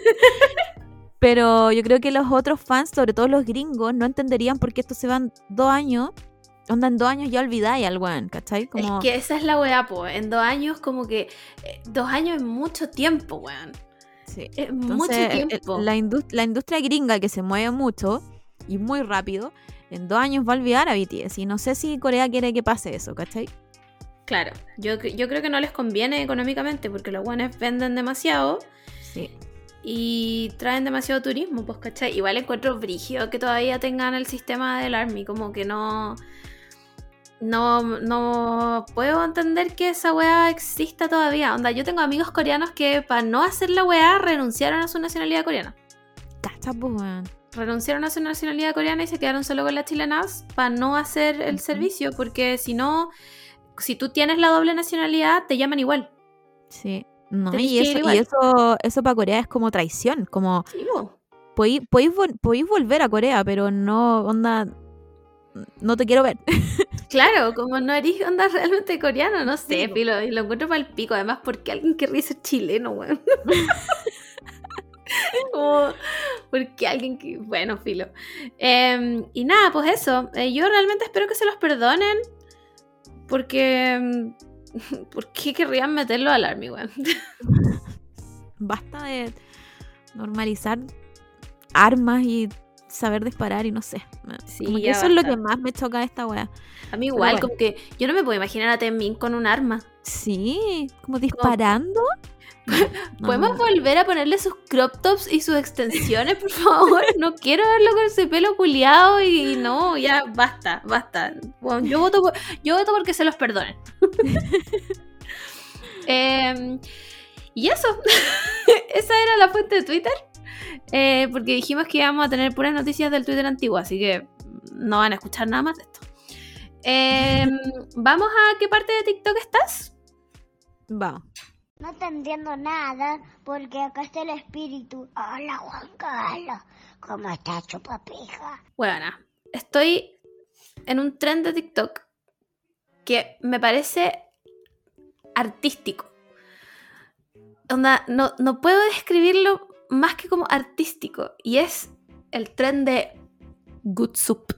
Pero yo creo que los otros fans, sobre todo los gringos, no entenderían por qué estos se van dos años. Onda, en dos años ya olvidáis al weón, ¿cachai? Como... es que esa es la weá, po. En dos años, como que. eh, dos años es mucho tiempo, weón. Sí. Es Entonces, mucho el- tiempo. La, indus- la industria gringa que se mueve mucho y muy rápido, en dos años va a olvidar a B T S. Y no sé si Corea quiere que pase eso, ¿cachai? Claro, yo, cre- yo creo que no les conviene económicamente porque los guanes venden demasiado Sí. y traen demasiado turismo, pues, ¿cachai? Igual encuentro brígido que todavía tengan el sistema del ARMY, como que no... No, no puedo entender que esa weá exista todavía. Onda, yo tengo amigos coreanos que para no hacer la weá renunciaron a su nacionalidad coreana. Cacha, pues, weón. Renunciaron a su nacionalidad coreana y se quedaron solo con la chilenaz para no hacer el Ujú. servicio, porque si no, si tú tienes la doble nacionalidad, te llaman igual. Sí. No, Tenés y que ir eso, igual. y eso, eso para Corea es como traición. Como Sí, po. podéis, podéis, vol- podéis volver a Corea, pero no, onda, no te quiero ver. Claro, como no eres onda realmente coreano, no sé, Sí, po. filo, y lo encuentro para el pico, además, porque alguien querría ser chileno, weón. Como, porque alguien que, bueno, filo. Eh, y nada, pues eso, eh, yo realmente espero que se los perdonen, porque, mm, ¿por qué querrían meterlo al ARMY, weón? Basta de normalizar armas y saber disparar y no sé. Sí, Como que ya eso es lo basta. que más me choca de esta wea. A mí igual, bueno. como que yo no me puedo imaginar a Temin con un arma. Sí, como disparando. No, no, ¿Podemos no. volver a ponerle sus crop tops y sus extensiones, por favor? No quiero verlo con ese pelo culiado y no, ya basta, basta. Bueno, yo voto por, yo voto porque se los perdonen. Eh, y eso, esa era la fuente de Twitter, eh, porque dijimos que íbamos a tener puras noticias del Twitter antiguo, así que no van a escuchar nada más de esto. Eh, ¿Vamos a qué parte de TikTok estás? Va. No te entiendo nada porque acá está el espíritu. Hola Juan Carlos, ¿cómo estás, chupapija? Bueno, estoy en un trend de TikTok que me parece artístico. Onda, no, no puedo describirlo más que como artístico. Y es el trend de Good Soup.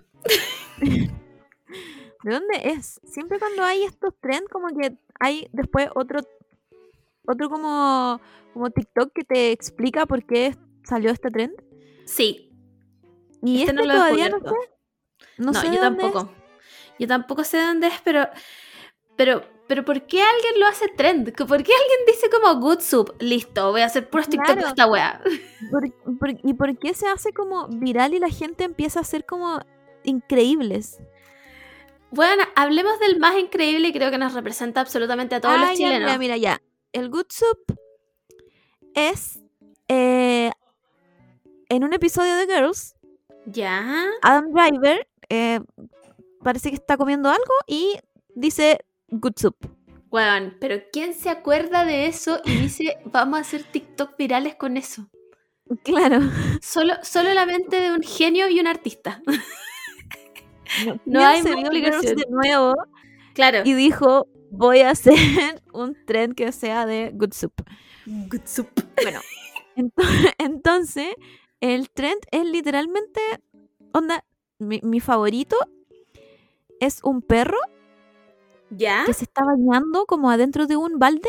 ¿De dónde es? Siempre cuando hay estos trends, como que hay después otro, otro como, como TikTok que te explica por qué salió este trend. Sí, Y este este, no lo he todavía no sé. descubierto. No, No, sé yo de dónde tampoco. Yo tampoco sé de dónde es, pero, pero, pero ¿por qué alguien lo hace trend? ¿Por qué alguien dice como Good Soup? Listo, voy a hacer puros TikTok Claro. de esta wea. es. Por- por- ¿Y por qué se hace como viral y la gente empieza a ser como increíbles? Bueno, hablemos del más increíble y creo que nos representa absolutamente a todos Ah, los ya, chilenos. Mira, mira, ya. El Good Soup es eh, en un episodio de Girls, Ya. Adam Driver eh, parece que está comiendo algo y dice Good Soup. Weón, pero ¿quién se acuerda de eso y dice vamos a hacer TikTok virales con eso? Claro. Solo, solo la mente de un genio y un artista. No, No ¿quién hay se más vio explicación. Girls de nuevo Claro. y dijo voy a hacer un trend que sea de Good Soup? Good Soup. Bueno, ento- entonces el trend es literalmente onda mi, mi favorito es un perro ¿Ya? que se está bañando como adentro de un balde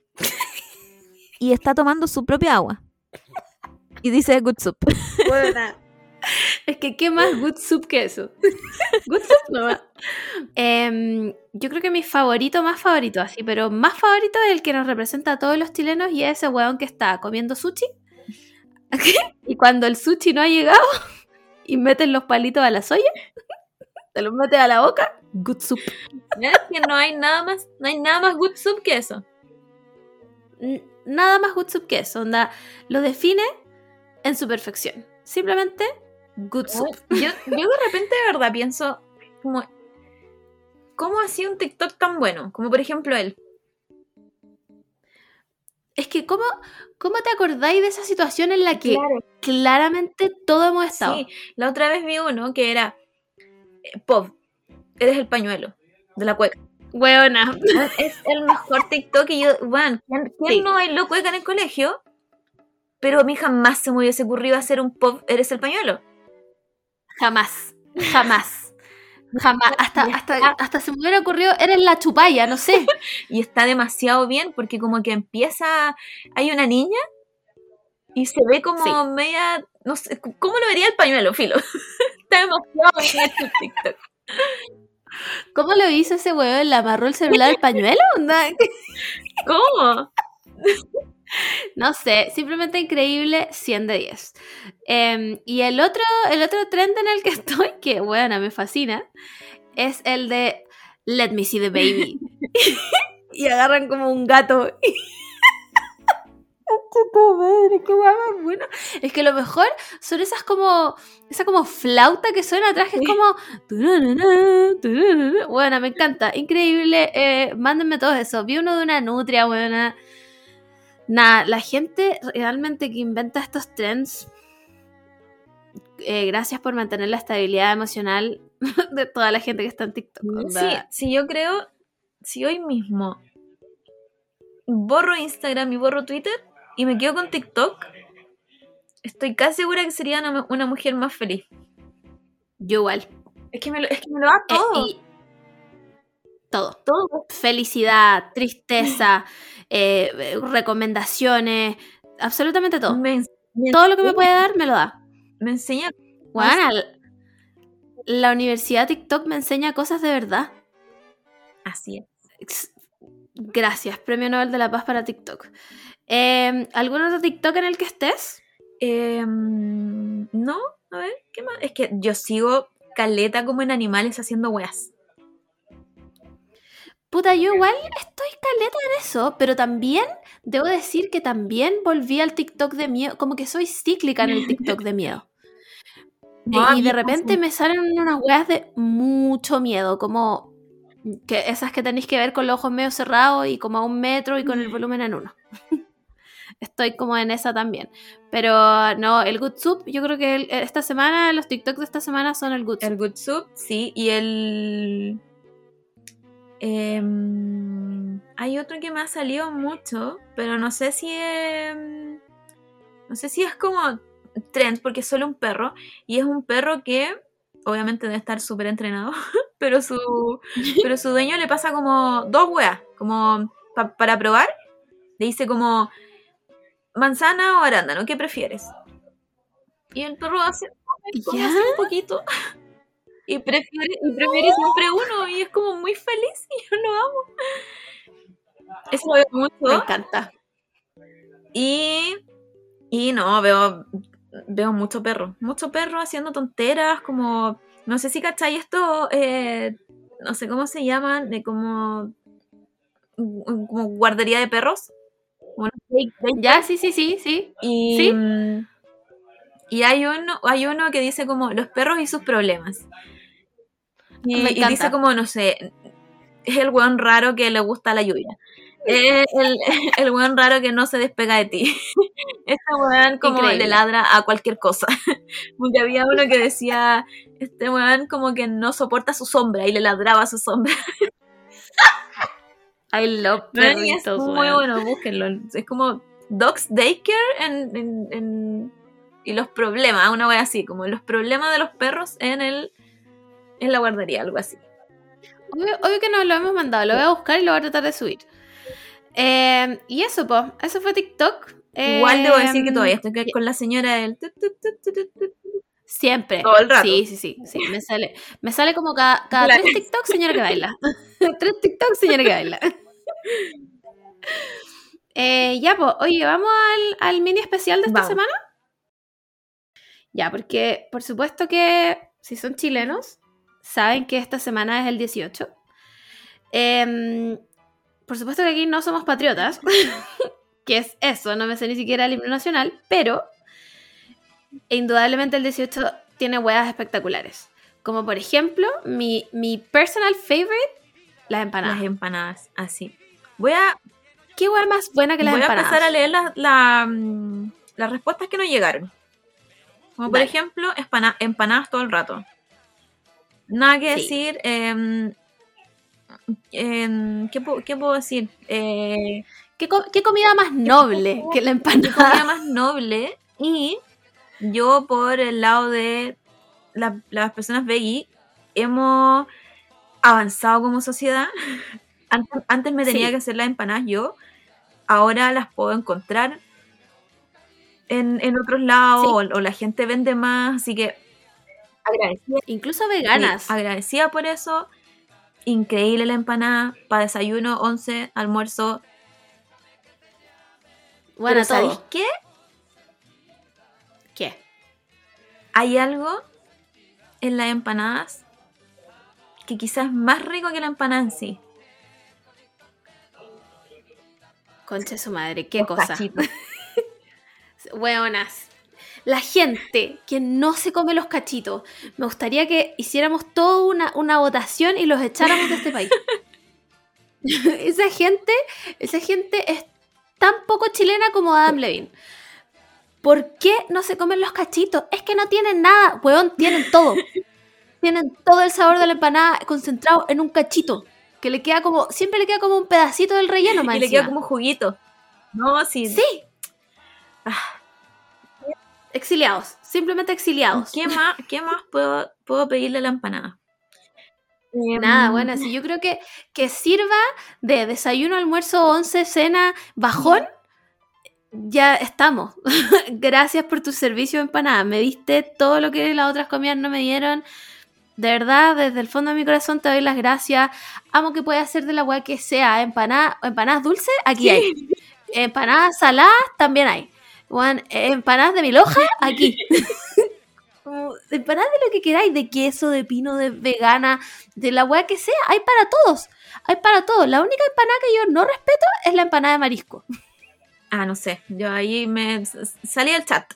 y está tomando su propia agua. Y dice good soup. Buena. Es que qué más good soup que eso. Good soup no va. Em, yo creo que mi favorito, más favorito, así, pero más favorito es el que nos representa a todos los chilenos y es ese weón que está comiendo sushi. Y cuando el sushi no ha llegado y meten los palitos a la soya, te los metes a la boca, good soup. Es que no hay nada más, no hay nada más good soup que eso. N- Nada más good soup que eso. Onda, lo define en su perfección. Simplemente good soup. Yo, yo de repente de verdad pienso como ¿cómo ha sido un TikTok tan bueno? Como por ejemplo él. Es que, ¿cómo, ¿cómo te acordáis de esa situación en la que Claro. claramente todos hemos estado? Sí, la otra vez vi uno que era eh, Pop, eres el pañuelo de la cueca. Weona. Es el mejor TikTok y yo, bueno, ¿quién, quién Sí. no bailó cueca en el colegio? Pero a mí jamás se me hubiese ocurrido hacer un Pop, eres el pañuelo. Jamás. Jamás. Jamás. Hasta, hasta, hasta se me hubiera ocurrido, eres la chupalla, no sé. Y está demasiado bien porque como que empieza, hay una niña y se ve como Sí. media, no sé, ¿cómo lo vería el pañuelo, filo? Está demasiado bien hecho el TikTok. ¿Cómo lo hizo ese weón? ¿Le amarró el celular al pañuelo? Onda. ¿Cómo? No sé, simplemente increíble, cien de diez. Eh, y el otro, el otro trend en el que estoy, que bueno, me fascina, es el de Let me see the baby. Y agarran como un gato. Chuta madre, qué guapa, bueno. Es que lo mejor son esas como, esa como flauta que suena atrás, que es como turururú, turururú. Bueno, me encanta, increíble. Eh, mándenme todo eso. Vi uno de una nutria, buena. Nada, la gente realmente que inventa estos trends, eh, gracias por mantener la estabilidad emocional de toda la gente que está en TikTok. Sí, Onda. si yo creo, si hoy mismo borro Instagram y borro Twitter y me quedo con TikTok, estoy casi segura que sería una, una mujer más feliz. Yo igual. Es que me lo, es que me lo da Eh, todo. y todo. todo. Felicidad, tristeza, eh, eh, recomendaciones, absolutamente todo. Me, me, Todo lo que me puede dar, me lo da. me enseña. Bueno, la universidad TikTok me enseña cosas de verdad. Así es. Gracias, Premio Nobel de la Paz para TikTok. Eh, ¿Algún otro TikTok en el que estés? Eh, no, a ver, ¿qué más? Es que yo sigo caleta como en animales haciendo weas. Puta, yo igual estoy caleta en eso, pero también debo decir que también volví al TikTok de miedo, como que soy cíclica en el TikTok de miedo. No, Y de a mí repente me salen unas weas de mucho miedo, como que esas que tenéis que ver con los ojos medio cerrados y como a un metro y con el volumen en uno. Estoy como en esa también. Pero no, el Good Soup, yo creo que el- esta semana, los TikToks de esta semana son el Good Soup. El Good Soup, sí, y el... em, hay otro que me ha salido mucho, pero no sé si es... No sé si es como trend, porque es solo un perro, y es un perro que obviamente debe estar súper entrenado, pero su, pero su dueño le pasa como dos weas, como pa- para probar, le dice como manzana o arándano, ¿qué prefieres? Y el perro hace come ¿Ya? así un poquito y prefiere, y prefiere siempre uno y es como muy feliz y yo lo amo. Eso veo Me mucho. encanta. Y, y no, veo, veo mucho perro, mucho perro haciendo tonteras, como, no sé si cachai esto, eh, no sé cómo se llaman, de como, como guardería de perros. Como los day- day Ya, sí, sí, sí, sí. Y, ¿Sí? mm, y hay uno, hay uno que dice como los perros y sus problemas. Y, Me y encanta. dice como, no sé, es el weón raro que le gusta la lluvia. Es el, el weón raro que no se despega de ti. Este weón como Increíble. le ladra a cualquier cosa. Porque había uno que decía, este weón como que no soporta su sombra y le ladraba a su sombra. I love Weón, y es perritos, muy weón. bueno, búsquenlo. Es como Dogs Daycare en, en, en, y los problemas, una wea así, como los problemas de los perros en el en la guardería, algo así. Obvio, obvio que nos lo hemos mandado, lo voy a buscar y lo voy a tratar de subir. Eh, y eso, pues, eso fue TikTok. Igual debo decir que Eh, todavía estoy con la señora del... tut, tut, tut, tut, tut, tut. Siempre. Todo el rato. Sí, sí, sí. sí. Me sale, me sale como cada, cada La- tres TikTok, señora que baila. Tres TikTok, señora que baila. Eh, ya, pues, oye, ¿vamos al, al mini especial de esta Vamos. semana? Ya, porque por supuesto que si son chilenos, saben que esta semana es el dieciocho. Em, por supuesto que aquí no somos patriotas, que es eso, no me sé ni siquiera el himno nacional, pero indudablemente el dieciocho tiene huevas espectaculares. Como por ejemplo, mi, mi personal favorite, las empanadas. Las empanadas, así. Voy a, ¿Qué hueá más buena que las voy a empanadas? empezar a leer la- la, mm, las respuestas que nos llegaron. Como por Dale. ejemplo, espana- empanadas todo el rato. Nada que Sí. decir. em, em, ¿qué, pu- qué puedo decir? Eh, ¿Qué, co- qué comida más noble que la qué comida empanada? más noble. Y yo, por el lado de la- las personas veggie, hemos avanzado como sociedad. Antes, antes me tenía Sí. que hacer las empanadas yo, ahora las puedo encontrar en, en otros lados, Sí. o, o la gente vende más, así que agradecida, Incluso veganas. sí, agradecida por eso. Increíble la empanada, para desayuno, once, almuerzo. Bueno, Pero ¿sabéis todo. qué? ¿Qué? Hay algo en las empanadas que quizás es más rico que la empanada en sí. Concha de su madre, qué Los cosa. cachitos. Hueonas. La gente que no se come los cachitos, me gustaría que hiciéramos toda una, una votación y los echáramos de este país. esa gente, esa gente es tan poco chilena como Adam Levine. ¿Por qué no se comen los cachitos? Es que no tienen nada, hueón, tienen todo. Tienen todo el sabor de la empanada concentrado en un cachito. Que le queda como, siempre le queda como un pedacito del relleno, más Y le encima. queda como juguito. No, sí. Sí, Ah, exiliados, simplemente exiliados. ¿Qué más, qué más puedo, puedo pedirle a la empanada? Em, Nada, bueno, si yo creo que, que sirva de desayuno, almuerzo, once, cena, bajón, ya estamos. Gracias por tu servicio de empanada. Me diste todo lo que las otras comidas no me dieron. De verdad, desde el fondo de mi corazón te doy las gracias. Amo que puedas hacer de la hueá que sea. Empanada, empanadas dulces, aquí hay. Empanadas saladas, también hay. Bueno, empanadas de mil hojas, aquí. Como empanadas de lo que queráis, de queso, de pino, de vegana, de la hueá que sea, hay para todos. Hay para todos. La única empanada que yo no respeto es la empanada de marisco. Ah, no sé. Yo ahí me salí del chat.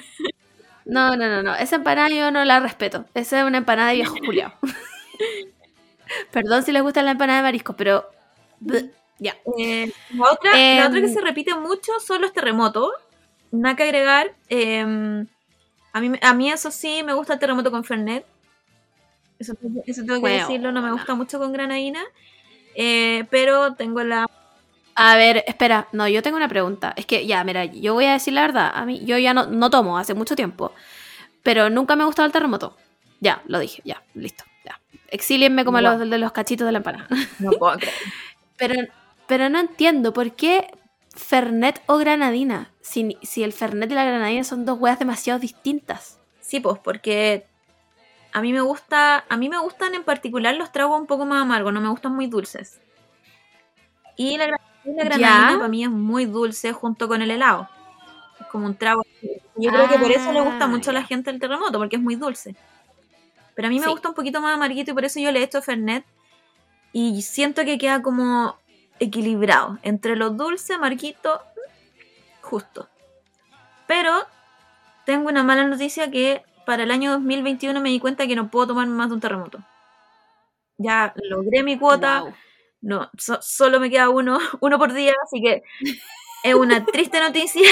No, no, no, no. Esa empanada yo no la respeto. Esa es una empanada de viejo culiao. Perdón si les gusta la empanada de marisco, pero... bleh, ya. Eh, la, otra, Em, la otra que se repite mucho son los terremotos. Nada que agregar. em, a, mí, a mí eso sí me gusta el terremoto con Fernet. Eso, eso tengo que Bueno, decirlo. No me bueno. gusta mucho con granadina. Eh, pero tengo la... A ver, espera. No, yo tengo una pregunta. Es que, ya, mira, yo voy a decir la verdad. A mí, yo ya no, no tomo hace mucho tiempo. Pero nunca me ha gustado el terremoto. Ya, lo dije. Ya, listo. Ya. Exílienme como Guau. los de los cachitos de la empanada. No puedo creer. Pero, pero no entiendo por qué Fernet o granadina. Si, si el Fernet y la granadina son dos hueas demasiado distintas. Sí, pues, porque a mí me gusta, a mí me gustan en particular los tragos un poco más amargos, no me gustan muy dulces. Y la, gra- y la granadina Ya. para mí es muy dulce junto con el helado. Es como un trago. Yo creo que por eso le gusta Ah, mucho a la ya. gente el terremoto, porque es muy dulce. Pero a mí me Sí. gusta un poquito más amarguito y por eso yo le echo Fernet. Y siento que queda como equilibrado entre lo dulce, amarguito, justo. Pero tengo una mala noticia que para el año dos mil veintiuno me di cuenta que no puedo tomar más de un terremoto. Ya logré mi cuota, Guau. no, so- solo me queda uno, uno por día, así que es una triste noticia,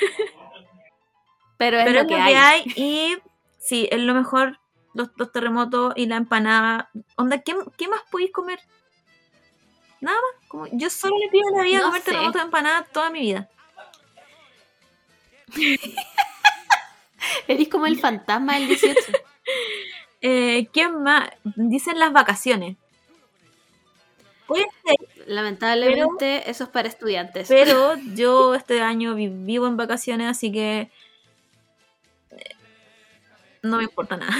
Pero es pero lo es que lo hay. que hay y sí, es lo mejor, los, los terremotos y la empanada. Onda, ¿qué, qué más podéis comer? Nada más, como, yo solo le pido a la vida No comer sé. terremotos de empanada toda mi vida. Eres como el fantasma del dieciocho. Eh, ¿Quién más? Dicen las vacaciones. Puede ser, Lamentablemente, eso es para estudiantes. pero yo este año vi- vivo en vacaciones, así que eh, no me importa nada.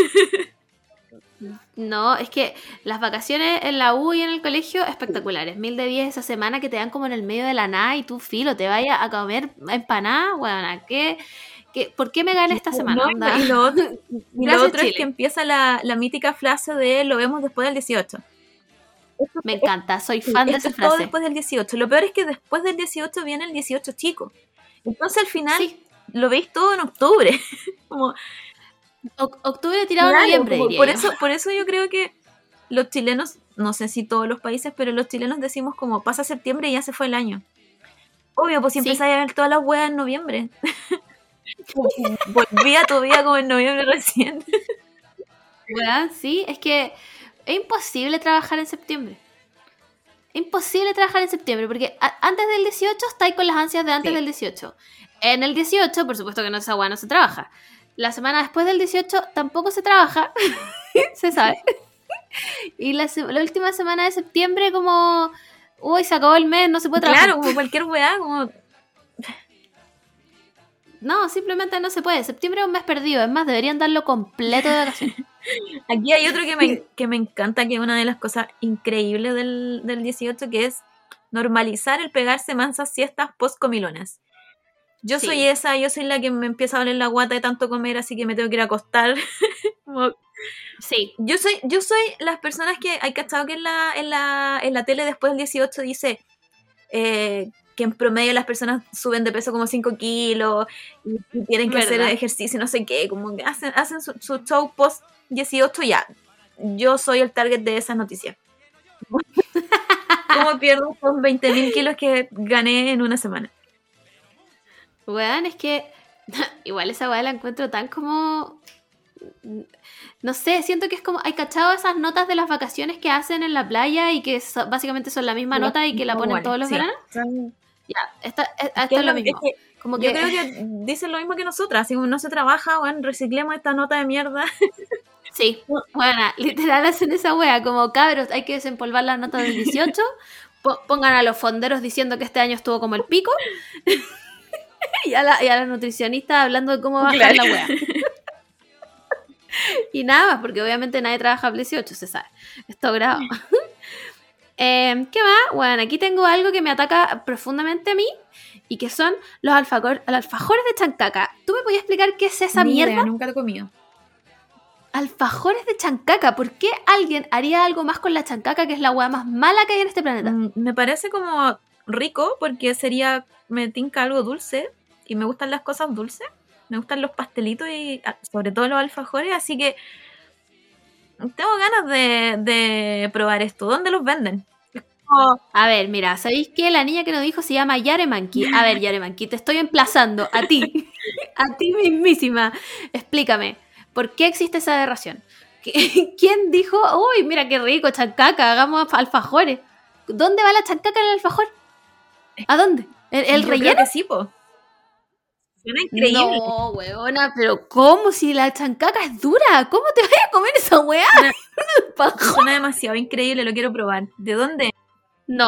No, es que las vacaciones en la U y en el colegio, espectaculares. Mil de diez esa semana que te dan como en el medio de la nada y tú, filo, te vayas a comer empanada, weona, ¿qué, qué, ¿por qué me gané esta semana? No, y- Onda. y lo otro, y lo Gracias, otro es Chile. que empieza la, la mítica frase de lo vemos después del dieciocho. Me encanta, soy Sí, fan de esto esa es todo frase. después del dieciocho. Lo peor es que después del dieciocho viene el dieciocho chico. Entonces al final Sí, lo veis todo en octubre. Como, o- octubre tirado a claro, noviembre, como diría por yo. eso, por eso yo creo que los chilenos, no sé si todos los países, pero los chilenos decimos como pasa septiembre y ya se fue el año. Obvio, pues si Sí. empezáis a ver todas las weas en noviembre. Volví a tu vida como en noviembre recién. Weón, sí, es que es imposible trabajar en septiembre. Imposible trabajar en septiembre, porque a- antes del dieciocho estáis con las ansias de antes Sí. del dieciocho. En el dieciocho, por supuesto que no, esa weá no se trabaja. La semana después del dieciocho tampoco se trabaja, se sabe. Y la, se- la última semana de septiembre como, uy, se acabó el mes, no se puede trabajar. Claro, como cualquier wea, como No, simplemente no se puede. Septiembre es un mes perdido, es más, deberían darlo completo de vacaciones. aquí hay otro que me, que me encanta, que es una de las cosas increíbles del, del dieciocho, que es normalizar el pegarse mansas siestas post comilonas. Yo Sí. soy esa, yo soy la que me empieza a doler la guata de tanto comer, así que me tengo que ir a acostar. Como- Sí, yo soy, yo soy las personas que hay cachado que en la, en la, en la tele después del dieciocho dice eh, que en promedio las personas suben de peso como cinco kilos y, y tienen que hacer ¿verdad? ejercicio, no sé qué, como que hacen, hacen su, su show post dieciocho ya. Yo soy el target de esas noticias. ¿Cómo pierdo esos veinte mil kilos que gané en una semana? weón, es que igual esa weá la encuentro tan como... No sé, siento que es como... ¿Hay cachado esas notas de las vacaciones que hacen en la playa y que so- básicamente son la misma nota y que la ponen Iguales, todos los sí. veranos? Son- Ya, esta, e- esto que es es lo lo- es mismo. que Como Yo que... creo que dicen lo mismo que nosotras, así como no se trabaja, bueno, reciclemos esta nota de mierda. Sí, bueno, literal hacen esa wea, como cabros, hay que desempolvar las notas del dieciocho, po- pongan a los fonderos diciendo que este año estuvo como el pico, y, a la, y a la nutricionista hablando de cómo bajar Claro. la wea. Y nada más, porque obviamente nadie trabaja el dieciocho, se sabe. Esto grado. Eh, ¿Qué más? Bueno, aquí tengo algo que me ataca profundamente a mí, y que son los alfacor- alfajores de chancaca. ¿Tú me podías explicar qué es esa Ni mierda? idea, nunca lo he comido. Alfajores de chancaca. ¿Por qué alguien haría algo más con la chancaca, que es la hueá más mala que hay en este planeta? Mm, me parece como rico porque sería, me tinca algo dulce y me gustan las cosas dulces, me gustan los pastelitos y ah, sobre todo los alfajores, así que tengo ganas de, de probar esto. ¿Dónde los venden? Es como- A ver, mira, ¿sabéis qué? La niña que nos dijo se llama Yare Manqui. A ver, Yare Manqui, te estoy emplazando a ti, a ti mismísima. Explícame, ¿por qué existe esa aberración? ¿Qué- ¿Quién dijo, uy, mira qué rico, chancaca, hagamos alfajores? ¿Dónde va la chancaca en el alfajor? ¿A dónde? ¿El, el yo creo relleno? que sí, po. Suena increíble. No, weona, pero ¿cómo si la chancaca es dura? ¿Cómo te vas a comer esa weá? Alfajor. Suena demasiado increíble, lo quiero probar. ¿De dónde? No.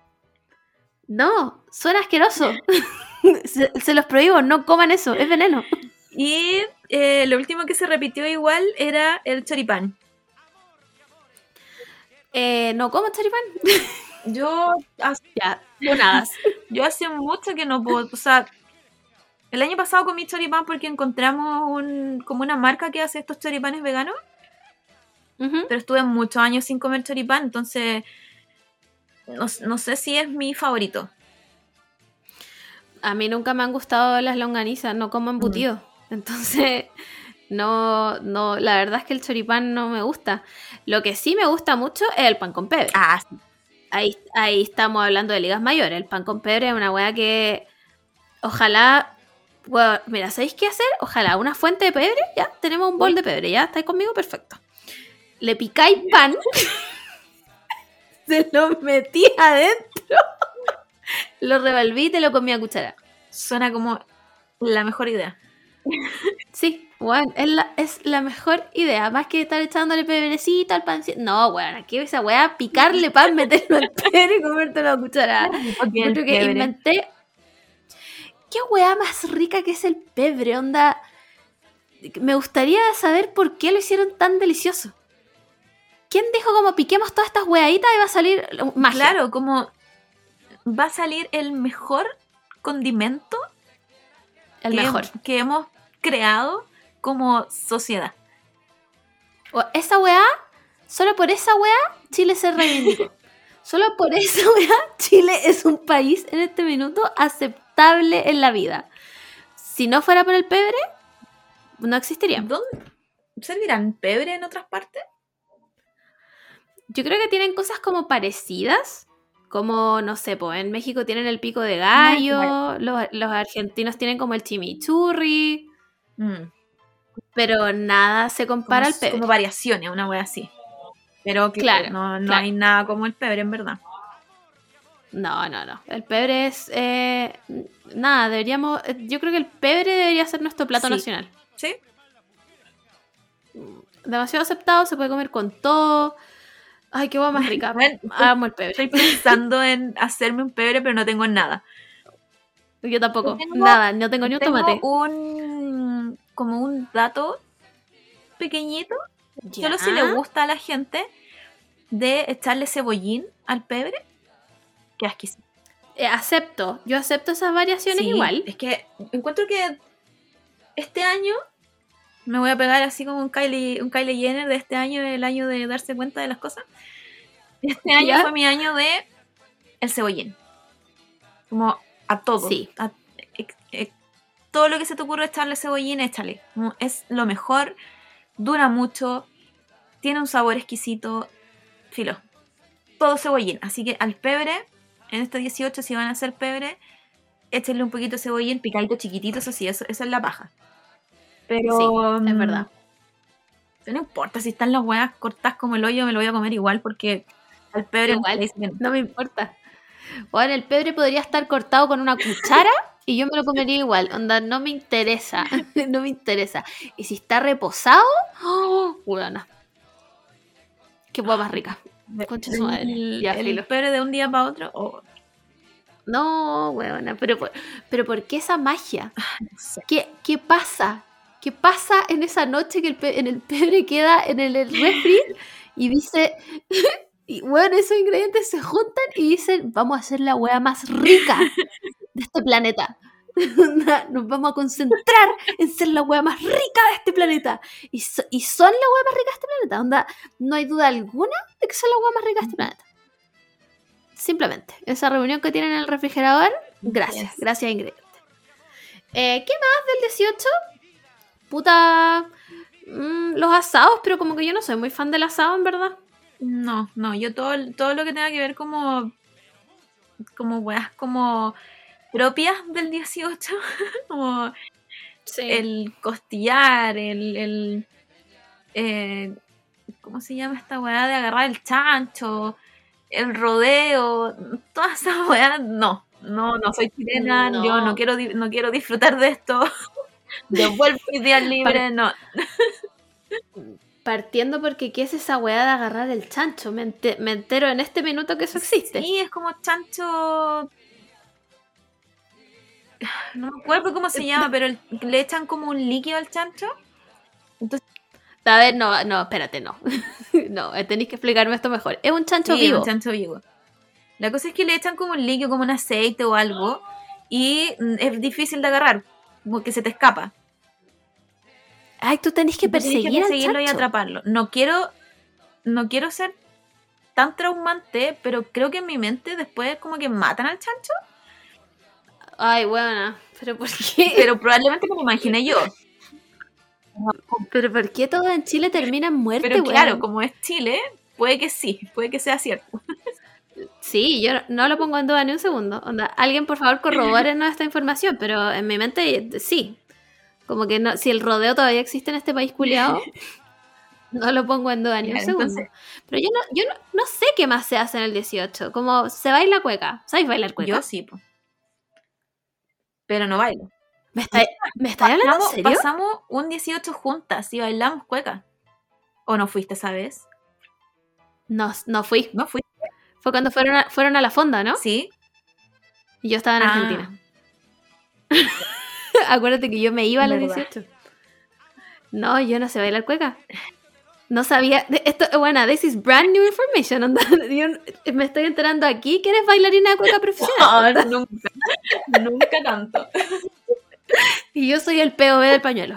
No, suena asqueroso. se, se los prohíbo, no coman eso, es veneno. Y eh, lo último que se repitió igual era el choripán. Eh, no como choripán. Yo hace, Ya, donadas. yo hace mucho que no puedo, o sea, el año pasado comí choripán porque encontramos un, como una marca que hace estos choripanes veganos, Ujú. pero estuve muchos años sin comer choripán, entonces no, no sé si es mi favorito. A mí nunca me han gustado las longanizas, no como embutido. Entonces, no, no, la verdad es que el choripán no me gusta. Lo que sí me gusta mucho es el pan con pebre. Ah, sí. Ahí, ahí estamos hablando de ligas mayores. El pan con pebre es una weá que ojalá... Bueno, mira, ¿sabéis qué hacer? Ojalá una fuente de pebre, ya, tenemos un bol de pebre, ya, ¿estáis conmigo? Perfecto. Le picáis pan, se lo metí adentro, lo revolví y te lo comí a cuchara. Suena como la mejor idea. Sí, Bueno, es la, es la mejor idea. Más que estar echándole pebrecito al pancito. No, bueno, aquí esa weá, picarle pan, meterlo al pebre y comértelo a cuchara. Porque el Creo que pebre. inventé. ¿Qué weá más rica que es el pebre? Onda. Me gustaría saber por qué lo hicieron tan delicioso. ¿Quién dijo como piquemos todas estas weaditas y va a salir magia? Claro, como va a salir el mejor condimento el que, mejor. que hemos creado como sociedad. O esa weá, solo por esa weá, Chile se reivindicó. Solo por esa weá, Chile es un país en este minuto aceptable en la vida. Si no fuera por el pebre, no existiría. ¿Dónde servirán pebre en otras partes? Yo creo que tienen cosas como parecidas. Como, no sé, pues en México tienen el pico de gallo, los, los argentinos tienen como el chimichurri, Mm. pero nada se compara como, al pebre. como variaciones, una wea así. Pero que Claro, no, no claro. hay nada como el pebre, en verdad. No, no, no. El pebre es... eh, nada, deberíamos... Yo creo que el pebre debería ser nuestro plato Sí. nacional. ¿Sí? Demasiado aceptado, se puede comer con todo. Ay, qué hueá más rica. Bueno, Amo el pebre. Estoy pensando en hacerme un pebre, pero no tengo nada. Yo tampoco. Tengo- Nada, no tengo ni un Tengo tomate. un... como un dato pequeñito, Ya. solo si le gusta a la gente, de echarle cebollín al pebre. Qué exquisito. Eh, acepto. Yo acepto esas variaciones Sí, igual. Es que encuentro que este año me voy a pegar así como un Kylie, un Kylie Jenner de este año, el año de darse cuenta de las cosas. Este año ¿Ya? fue mi año de el cebollín. Como a todo. Sí. A- e- e- todo lo que se te ocurre echarle cebollín, échale. Como es lo mejor, dura mucho, tiene un sabor exquisito. Filo. Todo cebollín. Así que al pebre, en este dieciocho, si van a hacer pebre, échenle un poquito de cebollín, picadito chiquitito, eso sí, eso, eso es la paja. Pero Sí, es mm, verdad. no importa si están las huevas cortadas como el hoyo, me lo voy a comer igual porque al pebre Igual. le dicen que no. No me importa. Ahora el pebre podría estar cortado con una cuchara y yo me lo comería igual. Onda, no me interesa. No me interesa. Y si está reposado, ¡oh! Buena. Qué hueá más rica. Concha su madre. El, Ya, el filo. pebre de un día para otro, oh, No, huevona. Pero, por- pero ¿por qué esa magia? no sé. ¿Qué, qué pasa? ¿Qué pasa en esa noche que el, pe- en el pebre queda en el, el refri y dice... Y bueno, esos ingredientes se juntan y dicen, vamos a hacer la hueá más rica de este planeta. Onda, nos vamos a concentrar en ser la hueá más rica de este planeta. Y, so- y son la hueá más rica de este planeta. Onda, no hay duda alguna de que son la hueá más rica de este planeta. Simplemente, esa reunión que tienen en el refrigerador, gracias, Yes. gracias ingredientes. Eh, ¿Qué más del dieciocho? Puta, mm, los asados, pero como que yo no soy muy fan del asado, en verdad. No, no, yo todo, todo lo que tenga que ver como como weas como propias del dieciocho, como Sí. el costillar, el, el eh, ¿cómo se llama esta weá de agarrar el chancho? El rodeo, todas esas weas, no, no, no soy chilena, No. yo no quiero, di- no quiero disfrutar de esto, devuelvo mis días libres, no. Partiendo porque ¿qué es esa weá de agarrar el chancho? Me, ente- me entero en este minuto que eso existe. Sí, es como chancho. No me acuerdo cómo se llama, pero el- le echan como un líquido al chancho. Entonces, A ver, no, no, espérate, no. No, eh, tenéis que explicarme esto mejor. Es un chancho sí, vivo. un chancho vivo. La cosa es que le echan como un líquido, como un aceite o algo, y mm, es difícil de agarrar, como que se te escapa. Ay, tú tenés que Tú tienes perseguir al perseguirlo y chancho. atraparlo. No quiero, no quiero ser tan traumante, pero creo que en mi mente después como que matan al chancho. Ay, buena. ¿Pero por qué? Pero probablemente me lo imaginé yo. ¿Pero por qué todo en Chile termina en muerte, Pero weón? claro, como es Chile, puede que sí, puede que sea cierto. Sí, yo no lo pongo en duda ni un segundo. Onda, alguien, por favor, corrobórenos esta información, pero en mi mente eh, sí. Como que no, si el rodeo todavía existe en este país culiado, no lo pongo en duda ni un Claro, segundo. entonces- Pero yo no, yo no, no sé qué más se hace en el dieciocho. Como se baila cueca. ¿Sabéis bailar cueca? Yo sí, po. Pero no bailo. ¿Me estáis me estáis hablando en Pasamos, serio? pasamos un dieciocho juntas y bailamos cueca. ¿O no fuiste esa vez? No, no fui. ¿No fuiste? Fue cuando fueron a, fueron a la fonda, ¿no? Sí. Y yo estaba en Ah, Argentina. Acuérdate que yo me iba a los Verdad. dieciocho. No, yo no sé bailar cueca. No sabía. de- Esto, bueno, this is brand new information. Onda. Yo me estoy enterando aquí que eres bailarina de cueca profesional. Ah, nunca. Nunca tanto. Y yo soy el P O V del pañuelo.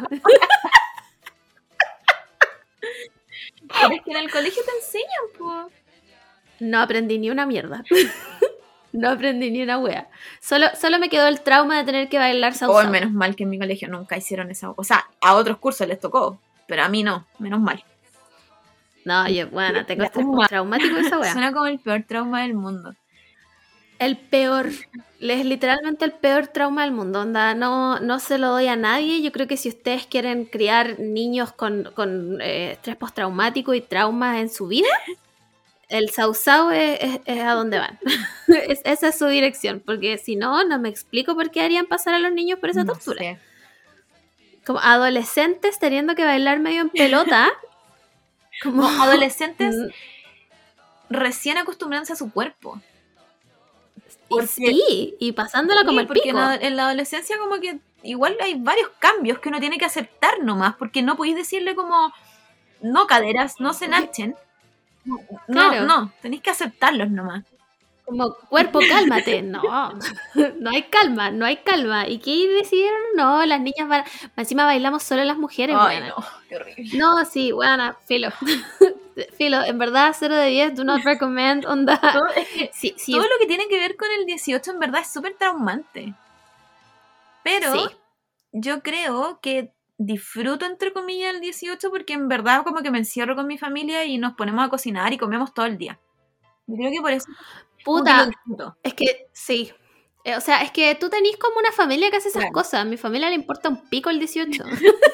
Pero es que en el colegio te enseñan, po. No aprendí ni una mierda. No aprendí ni una wea. Solo, solo me quedó el trauma de tener que bailar O salsa. menos mal que en mi colegio nunca hicieron esa. O sea, a otros cursos les tocó, pero a mí no, menos mal. No, yo, bueno, tengo La estrés umma. traumático de esa wea. Suena como el peor trauma del mundo. El peor, es literalmente el peor trauma del mundo. Onda, no, no se lo doy a nadie. Yo creo que si ustedes quieren criar niños con, con eh, estrés postraumático y traumas en su vida, el Sausau es, es, es a donde van. es, esa es su dirección. Porque si no, no me explico por qué harían pasar a los niños por esa No tortura. sé. Como adolescentes teniendo que bailar medio en pelota. Como Como adolescentes Mm, recién acostumbrándose a su cuerpo. y porque- sí, y pasándola como Sí, el porque pico. en la, en la adolescencia como que igual hay varios cambios que uno tiene que aceptar nomás, porque no podéis decirle como, no caderas, no se nachen. No, Claro. no, tenéis que aceptarlos nomás. Como, cuerpo, cálmate. No, no hay calma, no hay calma. ¿Y qué decidieron? No, las niñas van... Encima bailamos solo las mujeres, Ay, buena. no, qué horrible. No, sí, buena, filo. Filo, en verdad, cero de diez, do not recommend, onda. Todo, es que Sí, sí, todo lo que tiene que ver con el dieciocho en verdad es súper traumante. Pero sí. yo creo que disfruto entre comillas el dieciocho porque en verdad como que me encierro con mi familia y nos ponemos a cocinar y comemos todo el día. Yo creo que por eso como que lo Puta, disfruto. es que sí. Eh, O sea, es que tú tenés como una familia que hace esas Claro. cosas. A mi familia le importa un pico el dieciocho.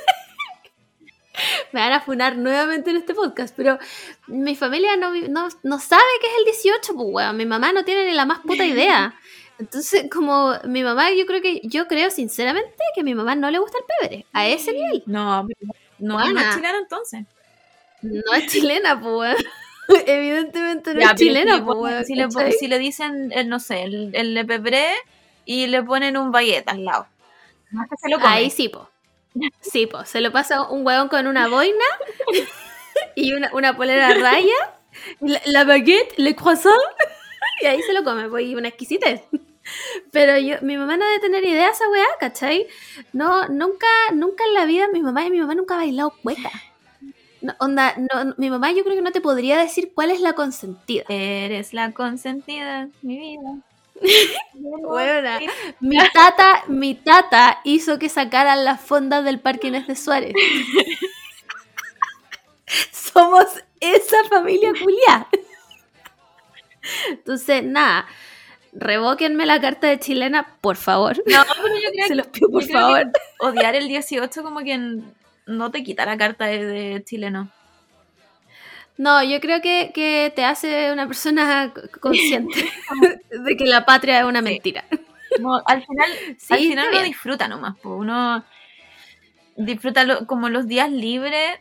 Me van a funar nuevamente en este podcast, pero mi familia no, vi- no, no sabe qué es el dieciocho, pues, weón. Mi mamá no tiene ni la más puta idea. Entonces, como mi mamá, yo creo que, yo creo sinceramente que a mi mamá no le gusta el pebre. A ese nivel. No, pero no, no Buena. es chileno entonces. No es chilena, pues, weón. Evidentemente no Ya, es pero chilena, si, pues, bueno, weón. si le, ¿cachai? si le dicen, el, no sé, el, el le pebre y le ponen un baguette al lado. No es que se lo come. Ahí sí, po. Sí, po. Se lo pasa un huevón con una boina y una, una polera a raya, la, la baguette, le croissant, y ahí se lo come, pues, y una exquisitez. Pero yo, mi mamá no debe tener idea de esa weá, ¿cachai? No, nunca, nunca en la vida, mi mamá y mi mamá nunca ha bailado cueca. No, onda, no, mi mamá yo creo que no te podría decir cuál es la consentida. Eres la consentida, mi vida. Buena. Mi tata, mi tata hizo que sacaran las fondas del Parque Inés de Suárez. Somos esa familia culiá. Entonces, nada, revóquenme la carta de chilena, por favor. No, pero yo creo Se que los pido, por yo creo favor. odiar el dieciocho como que n- no te quita la carta de, de chileno. No, yo creo que, que te hace una persona c- consciente de que la patria es una Sí. mentira. No, al final, Sí, al final está uno bien. disfruta nomás, pues uno disfruta lo- como los días libres.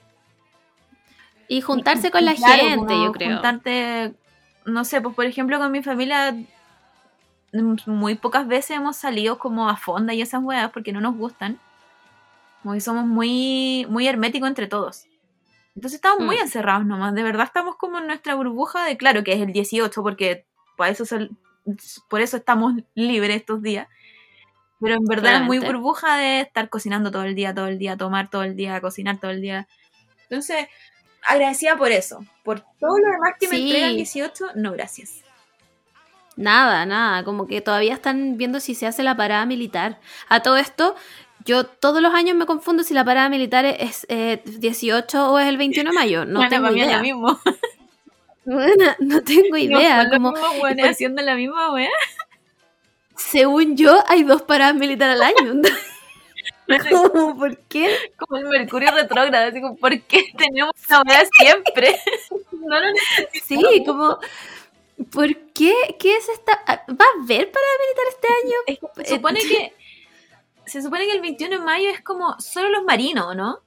Y juntarse con la Claro, gente, como yo creo. Juntarte, no sé, pues por ejemplo con mi familia mm, muy pocas veces hemos salido como a fonda y esas weas porque no nos gustan. Como que somos muy, muy herméticos entre todos. Entonces estamos muy Mm. encerrados nomás. De verdad estamos como en nuestra burbuja de, claro, que es el dieciocho porque para eso sol- por eso estamos libres estos días. Pero en verdad es muy Claramente. burbuja de estar cocinando todo el día, todo el día, tomar todo el día, cocinar todo el día. Entonces, agradecida por eso. Por todo lo demás que me Sí. entrega el dieciocho, no gracias. Nada, nada, como que todavía están viendo si se hace la parada militar. A todo esto, yo todos los años me confundo si la parada militar es eh, dieciocho o es el veintiuno de mayo. No Bueno, tengo para mí es idea. lo mismo. Bueno, no tengo idea. No, como, los mismos weones por- haciendo la misma wea. según yo, hay dos paradas militares al año. Como, ¿por qué? Como el Mercurio retrógrado. Así como, ¿por qué tenemos esa wea siempre? No lo necesito. Sí, como, ¿por qué? ¿Qué es esta? ¿Va a haber parada militar este año? Es que se supone que se supone que el veintiuno de mayo es como solo los marinos, ¿no?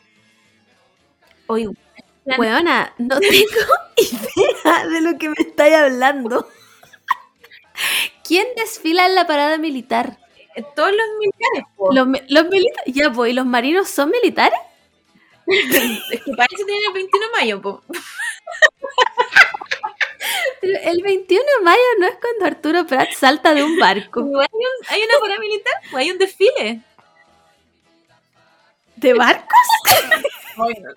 Oye, Weona, no tengo idea de lo que me estáis hablando. ¿Quién desfila en la parada militar? todos los militares, po. ¿Los, mi- los militares? Ya, pues, ¿y los marinos son militares? Es que para eso tienen el veintiuno de mayo, po. Pero el veintiuno de mayo no es cuando Arturo Prat salta de un barco. Igual Hay, un- hay una parada militar, pues hay un desfile. ¿De barcos? Bueno,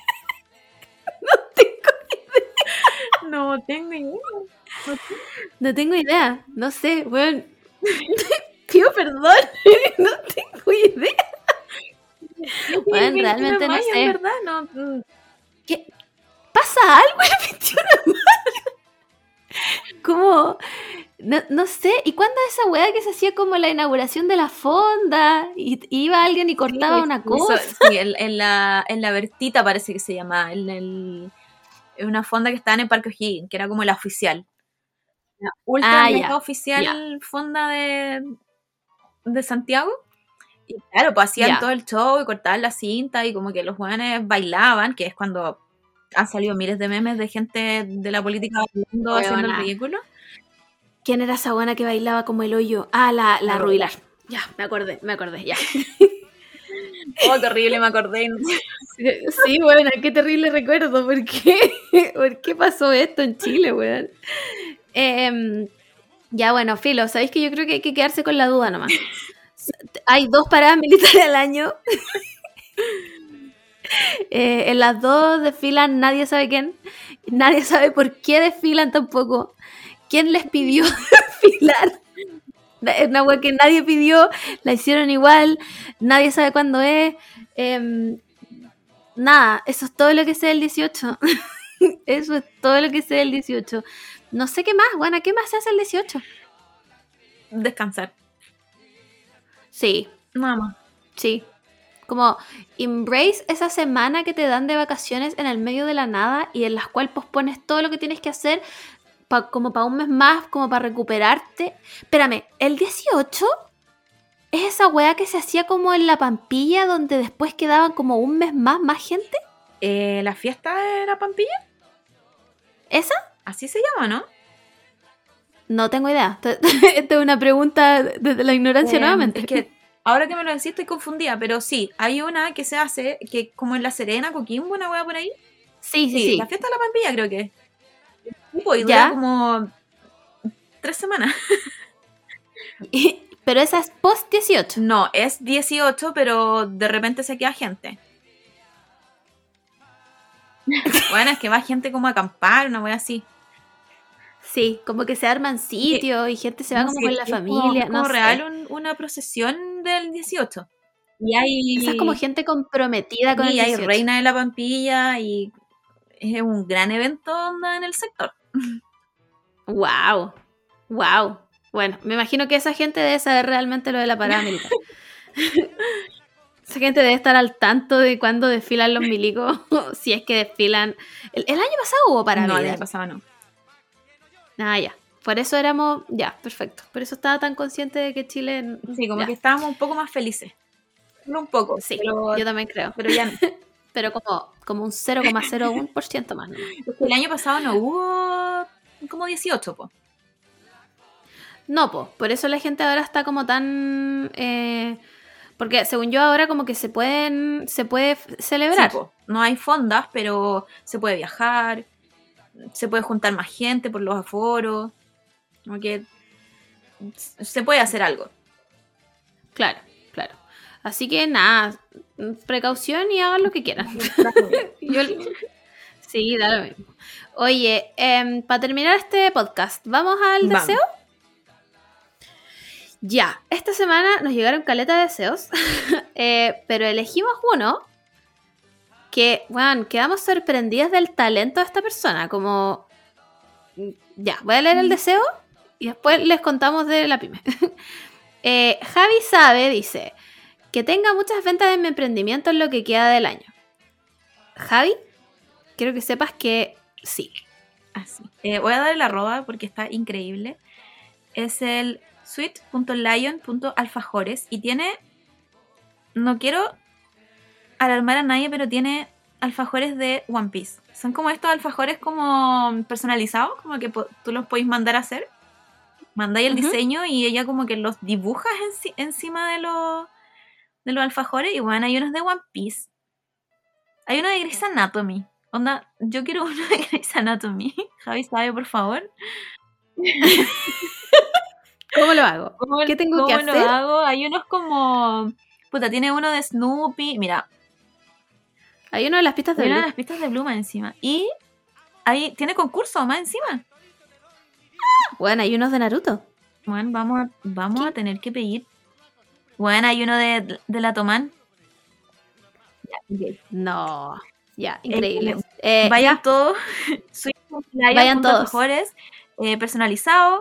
no tengo idea. No tengo idea. No sé, weón. Pido perdón. No tengo idea. Bueno, El veintiuno de realmente no mayo, sé. en verdad, no. mm, ¿Qué? ¿Pasa algo el veintiuno de mayo? Como, no, no sé, ¿y cuándo esa weá que se hacía como la inauguración de la fonda? Y, y iba alguien y cortaba sí, una sí, cosa. eso- sí, en, en la, en la Bertita parece que se llama. En, el, en una fonda que estaba en el Parque O'Higgins, que era como la oficial. La ultra Ah, mega ya, oficial fonda de, de Santiago. Y claro, pues hacían Ya. todo el show y cortaban la cinta y como que los jóvenes bailaban, que es cuando han salido miles de memes de gente de la política bailando, haciendo el Weona. ridículo. ¿Quién era esa buena que bailaba como el hoyo? Ah, la, la La Rubilar. Ya, me acordé, me acordé, ya. Oh, qué horrible, me acordé. Sí, bueno, qué terrible recuerdo. ¿Por qué? ¿Por qué pasó esto en Chile, weón? Em, ya, bueno, filo, sabéis que yo creo que hay que quedarse con la duda nomás. Hay dos paradas militares al año. Eh, en las dos desfilan nadie sabe quién. Nadie sabe por qué desfilan tampoco. ¿Quién les pidió desfilar? Es una wea que nadie pidió, la hicieron igual, nadie sabe cuándo es. Em, nada, eso es todo lo que sé del dieciocho. Eso es todo lo que sé del dieciocho. No sé qué más, bueno, ¿qué más se hace el dieciocho? Descansar. Sí, Nada más. sí. Como embrace esa semana que te dan de vacaciones en el medio de la nada y en las cuales pospones todo lo que tienes que hacer pa- como para un mes más, como para recuperarte. Espérame, ¿el dieciocho es esa weá que se hacía como en la Pampilla donde después quedaban como un mes más más gente? Eh, ¿La fiesta de la Pampilla? ¿Esa? Así se llama, ¿no? No tengo idea. Esta es una pregunta desde la ignorancia Eh, nuevamente. Es que ahora que me lo decís estoy confundida, pero sí, hay una que se hace, que como en La Serena, Coquimbo, una hueá por ahí. Sí, sí, Sí, sí. la fiesta de la Pampilla creo que es. Sí, pues, y dura Ya. como tres semanas. Pero esa es post dieciocho. No, es dieciocho, pero de repente se queda gente. Bueno, es que va gente como a acampar, una wea así. Sí, como que se arman sitios y gente se va No como sé, con la es como- familia. es como no real sé. un- una procesión del dieciocho. Y hay, Esa es como gente comprometida con y el hay dieciocho. reina de la Pampilla y es un gran evento onda en el sector. Wow, wow. Bueno, me imagino que esa gente debe saber realmente lo de la parada militar. Esa gente debe estar al tanto de cuándo desfilan los milicos, si es que desfilan. El, el año pasado hubo parada No, el militar. año pasado no. Ah, ya. Por eso éramos, ya, perfecto. Por eso estaba tan consciente de que Chile. Sí, como ya. que estábamos un poco más felices. Solo un poco. Sí, pero, yo también creo. pero ya no. Pero como, como un cero coma cero uno por ciento más. ¿No? Es que el año pasado no hubo como dieciocho, po. No, pues, por eso la gente ahora está como tan... eh, porque según yo ahora como que se pueden se puede f- celebrar. Sí, po. No hay fondas, pero se puede viajar, se puede juntar más gente por los aforos, como que se puede hacer algo. Claro, claro. Así que nada, precaución y hagan lo que quieran. Yo- sí, da lo mismo. Oye, para terminar este podcast, ¿vamos al Vamos. deseo? Ya, esta semana nos llegaron caleta de deseos, eh, pero elegimos uno que, bueno, quedamos sorprendidas del talento de esta persona, como... Ya, voy a leer el deseo y después les contamos de la pyme. eh, Javi Sabe dice que tenga muchas ventas en mi emprendimiento en lo que queda del año. Javi, quiero que sepas que sí. Así. Eh, voy a dar el arroba porque está increíble. Es el sweet punto lion punto alfajores y tiene no quiero alarmar a nadie, pero tiene alfajores de One Piece. Son como estos alfajores como personalizados, como que po- tú los podéis mandar a hacer. Mandáis el Ujú. diseño y ella como que los dibujas enci- encima de los, de los alfajores. Y bueno, hay unos de One Piece. Hay uno de Grey's Anatomy. Onda, yo quiero uno de Grey's Anatomy. Javi sabe, por favor. ¿Cómo lo hago? ¿Cómo, ¿Qué tengo cómo que lo hacer? hago? Hay unos como... Puta, tiene uno de Snoopy. Mira, Hay uno de las pistas de hay una de Blue. las pistas de Blue más encima. Y ahí tiene concurso más encima. Bueno, hay unos de Naruto. Bueno, vamos a, vamos ¿Qué? a tener que pedir. Bueno, hay uno de, de la Toman. No. Ya, increíble. Eh, Eh, Vayan ya. todos. Vayan todos. Alfajores eh, personalizados.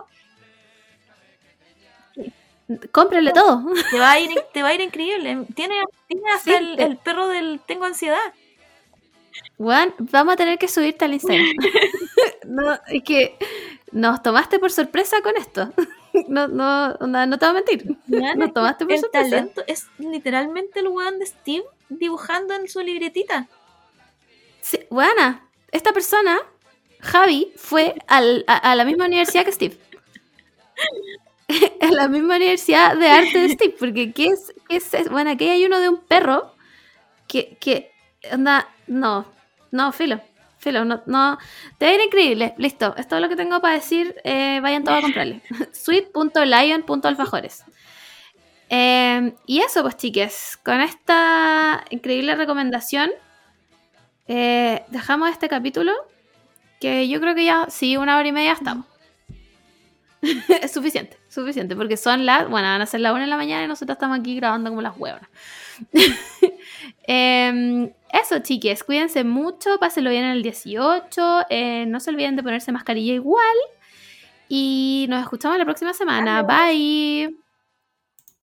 Cómprenle todo. Te va a ir, te va a ir increíble. Tiene, tiene hasta Sí, el, te- el perro del tengo ansiedad. Juan, vamos a tener que subirte al Instagram. No, es que nos tomaste por sorpresa con esto. No, no, no, no te voy a mentir. Weón, Nos tomaste por el sorpresa. talento es literalmente el weón de Steve dibujando en su libretita. Sí, buena. Esta persona, Javi, fue al- a, a la misma universidad que Steve. En la misma universidad de arte de Steve. Porque ¿qué es? Qué es? Bueno, aquí hay uno de un perro que, que anda, no, no, filo, filo, no, no, te va a ir increíble, listo, es todo lo que tengo para decir, eh, vayan todos a comprarle, sweet punto lion punto alfajores. Eh, y eso pues chiques, con esta increíble recomendación, eh, dejamos este capítulo, que yo creo que ya, sí, una hora y media estamos. Es suficiente, suficiente, porque son las, bueno, van a ser las una de la mañana y nosotros estamos aquí grabando como las huevonas. Eh, eso, chiques, cuídense mucho, pásenlo bien en el dieciocho, eh, no se olviden de ponerse mascarilla igual y nos escuchamos la próxima semana. Bye.